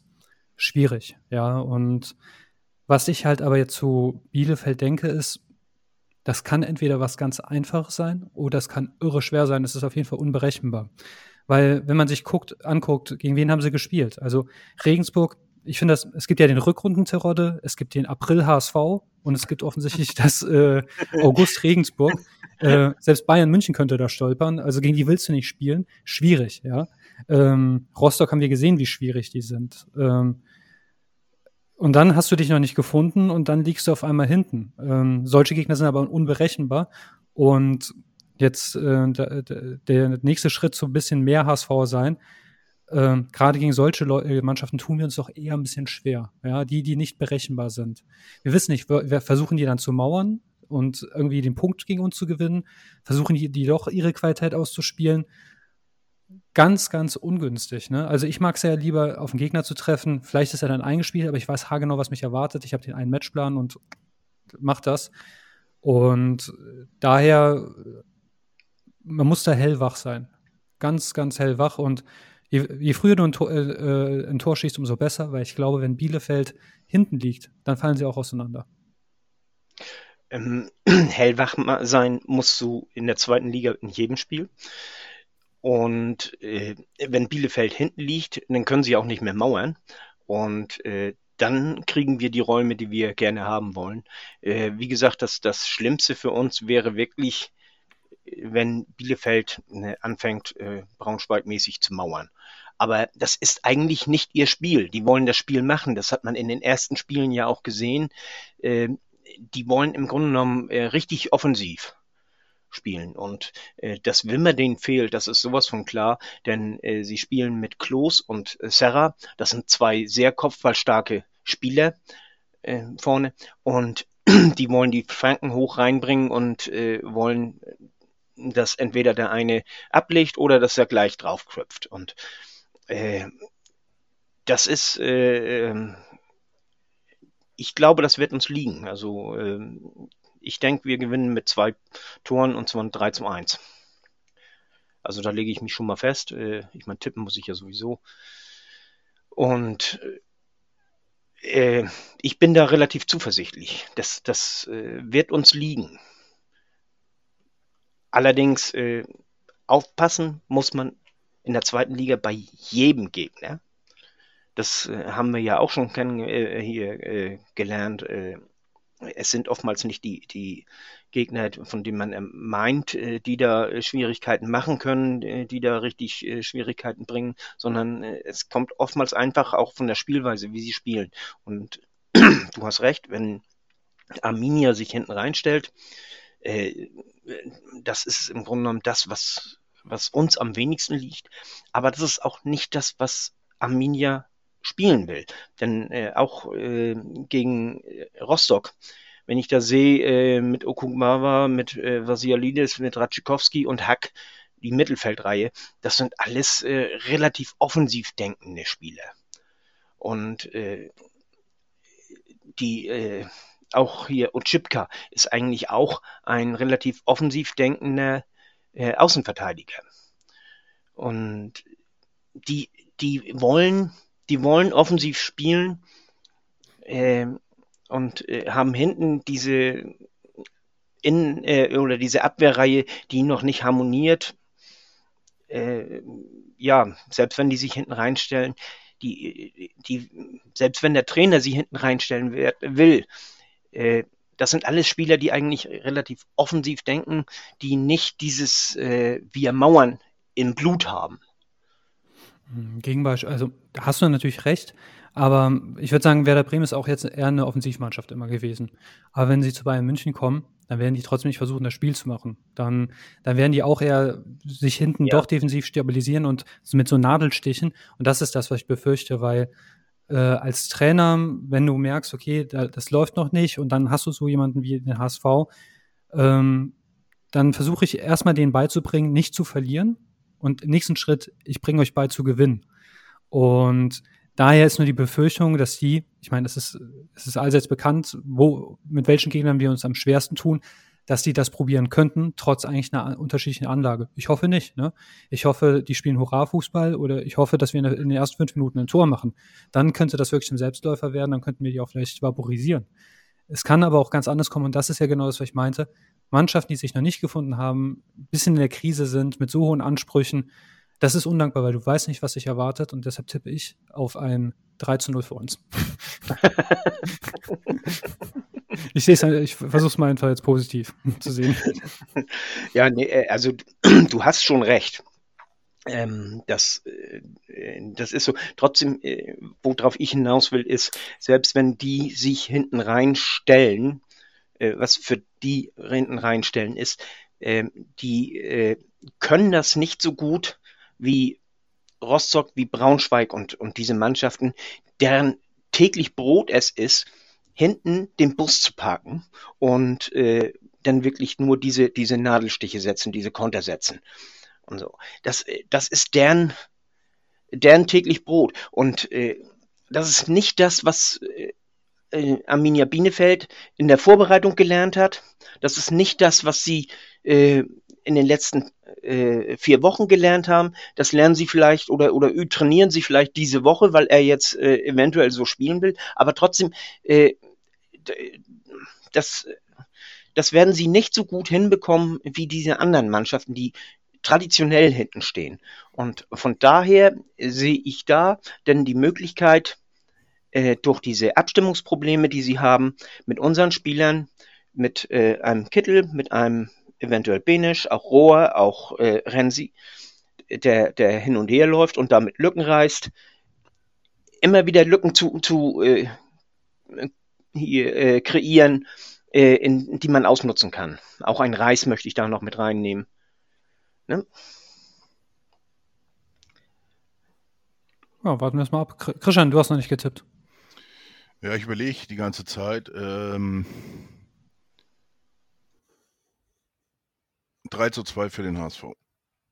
schwierig. Ja, und was ich halt aber jetzt zu Bielefeld denke, ist, das kann entweder was ganz Einfaches sein oder es kann irre schwer sein. Es ist auf jeden Fall unberechenbar. Weil, wenn man sich guckt, anguckt, gegen wen haben sie gespielt? Also Regensburg, ich finde, das, es gibt ja den Rückrunden-Terodde, es gibt den April-H S V und es gibt offensichtlich das äh, August-Regensburg. Äh, selbst Bayern München könnte da stolpern. Also gegen die willst du nicht spielen. Schwierig, ja. Ähm, Rostock haben wir gesehen, wie schwierig die sind. Ähm, und dann hast du dich noch nicht gefunden und dann liegst du auf einmal hinten. Ähm, solche Gegner sind aber unberechenbar. Und jetzt äh, der, der nächste Schritt so ein bisschen mehr H S V sein. Ähm, gerade gegen solche Leu- Mannschaften tun wir uns doch eher ein bisschen schwer. Ja, die, die nicht berechenbar sind. Wir wissen nicht, wir, wir versuchen die dann zu mauern und irgendwie den Punkt gegen uns zu gewinnen, versuchen die, die doch ihre Qualität auszuspielen. Ganz, ganz ungünstig. Ne? Also ich mag es ja lieber, auf einen Gegner zu treffen. Vielleicht ist er dann eingespielt, aber ich weiß haargenau, was mich erwartet. Ich habe den einen Matchplan und mach das. Und daher, man muss da hellwach sein. Ganz, ganz hellwach. Und je, je früher du ein Tor, äh, ein Tor schießt, umso besser, weil ich glaube, wenn Bielefeld hinten liegt, dann fallen sie auch auseinander. Ähm, hellwach ma- sein musst du in der zweiten Liga in jedem Spiel. Und äh, wenn Bielefeld hinten liegt, dann können sie auch nicht mehr mauern. Und äh, dann kriegen wir die Räume, die wir gerne haben wollen. Äh, wie gesagt, das, das Schlimmste für uns wäre wirklich, äh, wenn Bielefeld äh, anfängt, äh, Braunschweig-mäßig zu mauern. Aber das ist eigentlich nicht ihr Spiel. Die wollen das Spiel machen. Das hat man in den ersten Spielen ja auch gesehen. Äh, die wollen im Grunde genommen äh, richtig offensiv spielen. Und äh, dass Wimmer denen fehlt, das ist sowas von klar, denn äh, sie spielen mit Klos und äh, Serra. Das sind zwei sehr kopfballstarke Spieler äh, vorne und die wollen die Flanken hoch reinbringen und äh, wollen, dass entweder der eine ablegt oder dass er gleich draufkröpft. Und äh, das ist, äh, äh, ich glaube, das wird uns liegen. Also äh, ich denke, wir gewinnen mit zwei Toren und zwar drei zu eins. Also da lege ich mich schon mal fest. Äh, ich meine, tippen muss ich ja sowieso. Und äh, ich bin da relativ zuversichtlich. Das, das äh, wird uns liegen. Allerdings äh, aufpassen muss man in der zweiten Liga bei jedem Gegner. Das äh, haben wir ja auch schon kenn, äh, hier äh, gelernt. Äh, es sind oftmals nicht die, die Gegner, von denen man äh, meint, äh, die da äh, Schwierigkeiten machen können, äh, die da richtig äh, Schwierigkeiten bringen, sondern äh, es kommt oftmals einfach auch von der Spielweise, wie sie spielen. Und du hast recht, wenn Arminia sich hinten reinstellt, äh, das ist im Grunde genommen das, was, was uns am wenigsten liegt. Aber das ist auch nicht das, was Arminia spielen will. Denn äh, auch äh, gegen äh, Rostock, wenn ich da sehe, äh, mit Okugawa, mit äh, Vasialidis, mit Ratschikowski und Hack, die Mittelfeldreihe, das sind alles äh, relativ offensiv denkende Spieler. Und äh, die äh, auch hier Otschipka ist eigentlich auch ein relativ offensiv denkender äh, Außenverteidiger. Und die, die wollen Die wollen offensiv spielen äh, und äh, haben hinten diese in äh, oder diese Abwehrreihe, die noch nicht harmoniert. Äh, ja, selbst wenn die sich hinten reinstellen, die, die, selbst wenn der Trainer sie hinten reinstellen wird, will, äh, das sind alles Spieler, die eigentlich relativ offensiv denken, die nicht dieses äh, wir mauern im Blut haben. Gegenbeispiel, also da hast du natürlich recht, aber ich würde sagen, Werder Bremen ist auch jetzt eher eine Offensivmannschaft immer gewesen. Aber wenn sie zu Bayern München kommen, dann werden die trotzdem nicht versuchen, das Spiel zu machen. Dann, dann werden die auch eher sich hinten Ja. doch defensiv stabilisieren und mit so Nadelstichen. Und das ist das, was ich befürchte, weil äh, als Trainer, wenn du merkst, okay, da, das läuft noch nicht und dann hast du so jemanden wie den H S V, ähm, dann versuche ich erstmal denen beizubringen, nicht zu verlieren. Und im nächsten Schritt, ich bringe euch bei zu gewinnen. Und daher ist nur die Befürchtung, dass die, ich meine, es ist, es ist allseits bekannt, wo, mit welchen Gegnern wir uns am schwersten tun, dass die das probieren könnten, trotz eigentlich einer unterschiedlichen Anlage. Ich hoffe nicht. Ne? Ich hoffe, die spielen Hurra-Fußball oder ich hoffe, dass wir in den ersten fünf Minuten ein Tor machen. Dann könnte das wirklich ein Selbstläufer werden, dann könnten wir die auch vielleicht vaporisieren. Es kann aber auch ganz anders kommen und das ist ja genau das, was ich meinte. Mannschaften, die sich noch nicht gefunden haben, ein bisschen in der Krise sind, mit so hohen Ansprüchen, das ist undankbar, weil du weißt nicht, was sich erwartet und deshalb tippe ich auf ein drei zu null für uns. Ich sehe es, ich versuche es mal einfach jetzt positiv zu sehen. Ja, nee, also du hast schon recht. Ähm, das, äh, das ist so. Trotzdem, äh, worauf ich hinaus will, ist, selbst wenn die sich hinten reinstellen, äh, was für die hinten reinstellen ist, äh, die äh, können das nicht so gut wie Rostock, wie Braunschweig und, und diese Mannschaften, deren täglich Brot es ist, hinten den Bus zu parken und äh, dann wirklich nur diese, diese Nadelstiche setzen, diese Konter setzen. Und so. Das, das ist deren, deren täglich Brot. Und äh, das ist nicht das, was äh, Arminia Bielefeld in der Vorbereitung gelernt hat. Das ist nicht das, was sie äh, in den letzten äh, vier Wochen gelernt haben. Das lernen sie vielleicht oder, oder trainieren sie vielleicht diese Woche, weil er jetzt äh, eventuell so spielen will. Aber trotzdem, äh, das, das werden sie nicht so gut hinbekommen wie diese anderen Mannschaften, die traditionell hinten stehen. Und von daher sehe ich da denn die Möglichkeit, äh, durch diese Abstimmungsprobleme, die sie haben, mit unseren Spielern, mit äh, einem Kittel, mit einem eventuell Benisch, auch Rohr, auch äh, Renzi, der, der hin und her läuft und damit Lücken reißt, immer wieder Lücken zu, zu äh, hier, äh, kreieren, äh, in, die man ausnutzen kann. Auch ein Reis möchte ich da noch mit reinnehmen. Ne? Ja, warten wir es mal ab. Christian, du hast noch nicht getippt. Ja, ich überlege die ganze Zeit. Ähm, drei zu zwei für den H S V.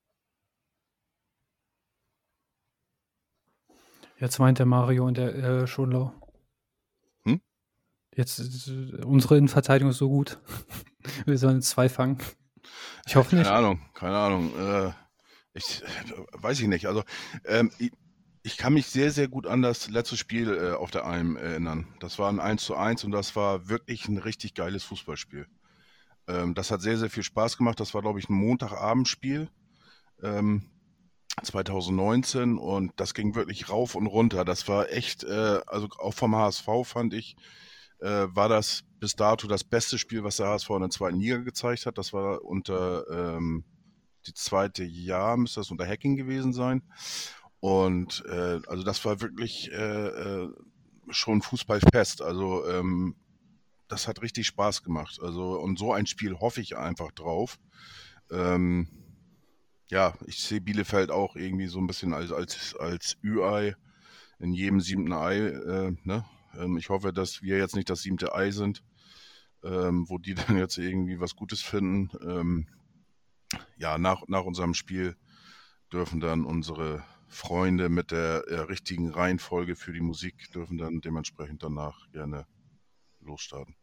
Jetzt meint der Mario und der äh, Schonlau. Hm? Jetzt äh, unsere Innenverteidigung ist so gut. Wir sollen zwei fangen. Ich hoffe nicht. Keine Ahnung, keine Ahnung. Äh, ich äh, weiß ich nicht. Also ähm, ich, ich kann mich sehr, sehr gut an das letzte Spiel äh, auf der Alm erinnern. Das war ein eins zu eins und das war wirklich ein richtig geiles Fußballspiel. Ähm, das hat sehr, sehr viel Spaß gemacht. Das war, glaube ich, ein Montagabendspiel ähm, zwanzig neunzehn und das ging wirklich rauf und runter. Das war echt, äh, also auch vom H S V fand ich, äh, war das bis dato das beste Spiel, was der H S V in der zweiten Liga gezeigt hat. Das war unter ähm, die zweite Jahr, müsste das unter Hacking gewesen sein. Und äh, also das war wirklich äh, äh, schon Fußballfest. Also ähm, das hat richtig Spaß gemacht. Also und so ein Spiel hoffe ich einfach drauf. Ähm, ja, ich sehe Bielefeld auch irgendwie so ein bisschen als als als Ü-Ei in jedem siebten Ei. Äh, ne? ähm, ich hoffe, dass wir jetzt nicht das siebte Ei sind, ähm, wo die dann jetzt irgendwie was Gutes finden. Ähm, ja, nach nach unserem Spiel dürfen dann unsere Freunde mit der äh, richtigen Reihenfolge für die Musik dürfen dann dementsprechend danach gerne losstarten.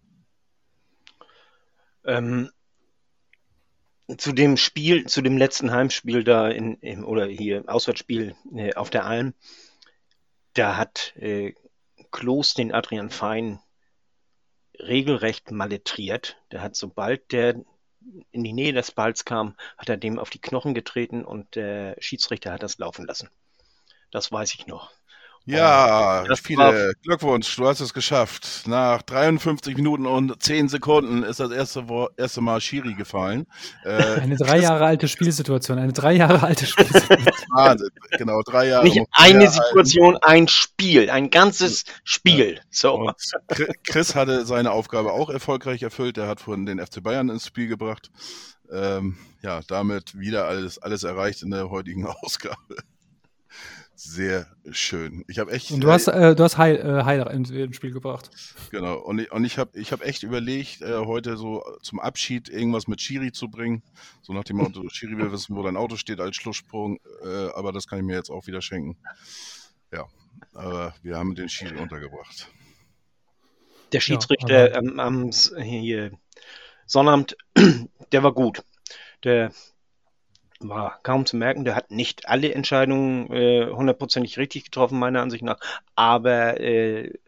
Ähm, zu dem Spiel, zu dem letzten Heimspiel da in, in oder hier Auswärtsspiel äh, auf der Alm, da hat äh, Klos den Adrian Fein regelrecht malträtiert. Der hat, sobald der in die Nähe des Balls kam, hat er dem auf die Knochen getreten und der Schiedsrichter hat das laufen lassen. Das weiß ich noch. Ja, das viele war- Glückwunsch, du hast es geschafft. Nach dreiundfünfzig Minuten und zehn Sekunden ist das erste, Wo- erste Mal Schiri gefallen. Äh, Eine drei Jahre alte Spielsituation. Eine drei Jahre alte Spielsituation. Wahnsinn, genau, drei Jahre. Nicht muss eine man Situation, ein Spiel, ein ganzes Spiel. So. Und Chri- Chris hatte seine Aufgabe auch erfolgreich erfüllt. Er hat von den F C Bayern ins Spiel gebracht. Ähm, ja, damit wieder alles, alles erreicht in der heutigen Ausgabe. Sehr schön. Ich habe echt, Und du hast, äh, du hast Heil, äh, Heil ins, ins Spiel gebracht. genau. Und ich, und ich habe, ich habe echt überlegt, äh, heute so zum Abschied irgendwas mit Schiri zu bringen. So nach dem Motto, Schiri will wissen, wo dein Auto steht als Schlusssprung. Äh, aber das kann ich mir jetzt auch wieder schenken. Ja, aber wir haben den Schiri untergebracht. Der Schiedsrichter Ja, am, am S- hier, Sonnabend, der war gut. Der war kaum zu merken, der hat nicht alle Entscheidungen äh, hundertprozentig richtig getroffen, meiner Ansicht nach, aber äh,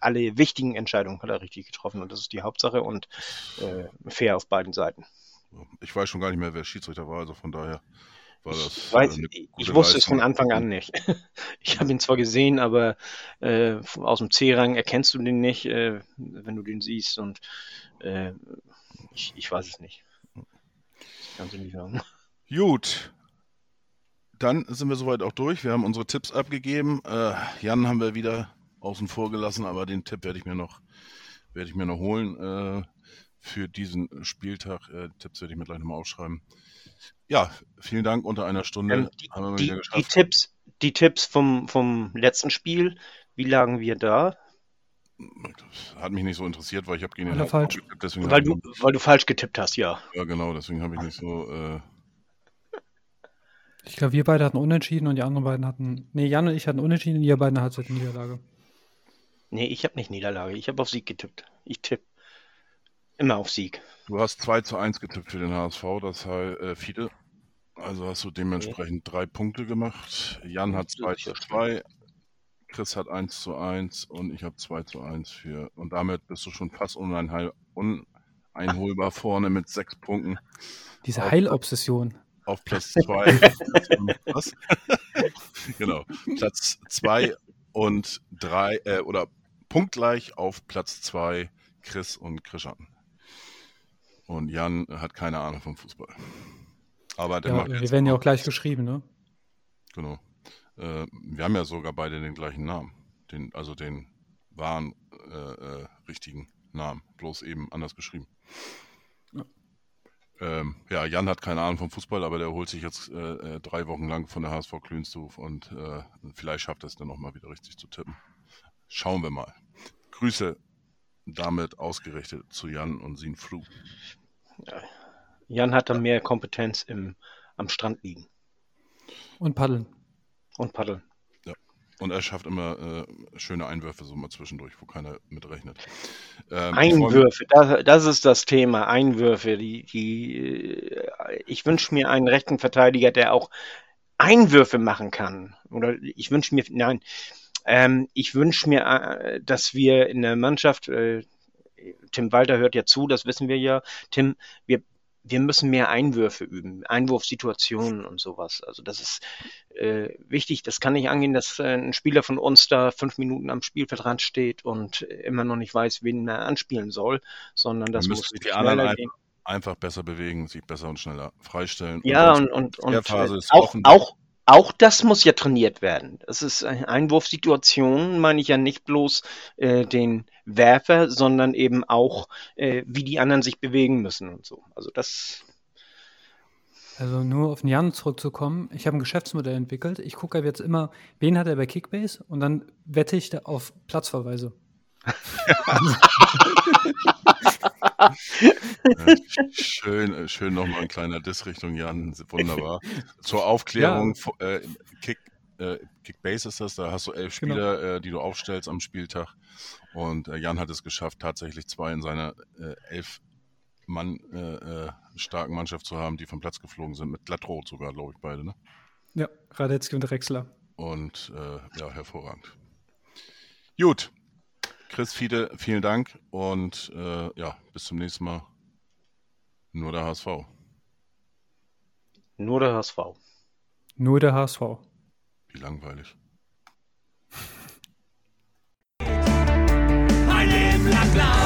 alle wichtigen Entscheidungen hat er richtig getroffen und das ist die Hauptsache und äh, fair auf beiden Seiten. Ich weiß schon gar nicht mehr, wer Schiedsrichter war, also von daher war das. Ich, weiß, äh, eine ich gute wusste es Leistung. von Anfang an nicht. Ich habe ihn zwar gesehen, aber äh, aus dem C-Rang erkennst du den nicht, äh, wenn du den siehst und äh, ich, ich weiß es nicht. Das kannst du nicht sagen. Gut, dann sind wir soweit auch durch. Wir haben unsere Tipps abgegeben. Äh, Jan haben wir wieder außen vor gelassen, aber den Tipp werde ich mir noch, werde ich mir noch holen äh, für diesen Spieltag. Äh, Tipps werde ich mir gleich nochmal aufschreiben. Ja, vielen Dank. Unter einer Stunde Ähm, die, haben wir mal die, wieder die geschafft. Tipps, die Tipps vom, vom letzten Spiel, wie lagen wir da? Das hat mich nicht so interessiert, weil ich habe gegen den Alle H S V falsch. getippt, deswegen Weil habe du, ich, weil du falsch getippt hast, ja. ja genau, deswegen habe ich nicht so. Äh, Ich glaube, wir beide hatten unentschieden und die anderen beiden hatten. Nee, Jan und ich hatten unentschieden und ihr beiden hattet eine Niederlage. Nee, ich habe nicht Niederlage. Ich habe auf Sieg getippt. Ich tippe immer auf Sieg. Du hast zwei zu eins getippt für den H S V, das heißt, äh, Fiete. Also hast du dementsprechend drei Punkte gemacht. Jan hat zwei zu zwei, Chris hat eins zu eins und ich habe zwei zu eins für. Und damit bist du schon fast uneinheil, uneinholbar vorne mit sechs Punkten Diese Auf- Heilobsession. auf Platz zwei. Was? Genau. Platz zwei und drei, äh, oder punktgleich auf Platz zwei Chris und Christian. Und Jan hat keine Ahnung vom Fußball. Aber der Ja, macht wir jetzt werden ja auch- auch gleich geschrieben, ne? Genau. Äh, wir haben ja sogar beide den gleichen Namen. Den, also den wahren, äh, äh, richtigen Namen. Bloß eben anders geschrieben. Ja. Ähm, ja, Jan hat keine Ahnung vom Fußball, aber der holt sich jetzt äh, äh, drei Wochen lang von der H S V Klünstuf und äh, vielleicht schafft er es dann nochmal wieder richtig zu tippen. Schauen wir mal. Grüße damit ausgerichtet zu Jan und Sin Flu. Jan hat da mehr Kompetenz im, am Strand liegen Und paddeln. und paddeln. Und er schafft immer äh, schöne Einwürfe so mal zwischendurch, wo keiner mit rechnet. Ähm, ich freu mich- Einwürfe, das, das ist das Thema. Einwürfe. Die, die, äh, ich wünsche mir einen rechten Verteidiger, der auch Einwürfe machen kann. Oder ich wünsche mir, nein, ähm, ich wünsche mir, äh, dass wir in der Mannschaft, äh, Tim Walter hört ja zu, das wissen wir ja. Tim, wir, wir müssen mehr Einwürfe üben, Einwurfsituationen und sowas. Also das ist äh, wichtig. Das kann nicht angehen, dass äh, ein Spieler von uns da fünf Minuten am Spielfeldrand steht und immer noch nicht weiß, wen er anspielen soll, sondern das Dann muss müssten sich die anderen schneller einfach, gehen. einfach besser bewegen, sich besser und schneller freistellen. Ja, sonst- und, und, und Querphase äh, ist auch, offen. auch, auch das muss ja trainiert werden. Das ist eine Einwurfsituation, meine ich ja nicht bloß äh, den Werfer, sondern eben auch, äh, wie die anderen sich bewegen müssen und so. Also das, Also nur auf den Jan zurückzukommen. Ich habe ein Geschäftsmodell entwickelt. Ich gucke jetzt immer, wen hat er bei Kickbase und dann wette ich da auf Platzverweise. Äh, schön, äh, schön nochmal ein kleiner Diss Richtung Jan, wunderbar. Zur Aufklärung, vo- äh, Kick, äh, Kickbase ist das, da hast du elf Genau. Spieler, äh, die du aufstellst am Spieltag und äh, Jan hat es geschafft, tatsächlich zwei in seiner äh, elf Mann äh, äh, starken Mannschaft zu haben, die vom Platz geflogen sind, mit Glattrot sogar, glaube ich, beide, ne? Ja, Radetzky und Drexler. Und äh, ja, hervorragend. Gut, Chris, Fiete, vielen Dank und äh, ja, bis zum nächsten Mal. Nur der H S V. nur der H S V. Nur der H S V. Wie langweilig. Ein Leben lang blau.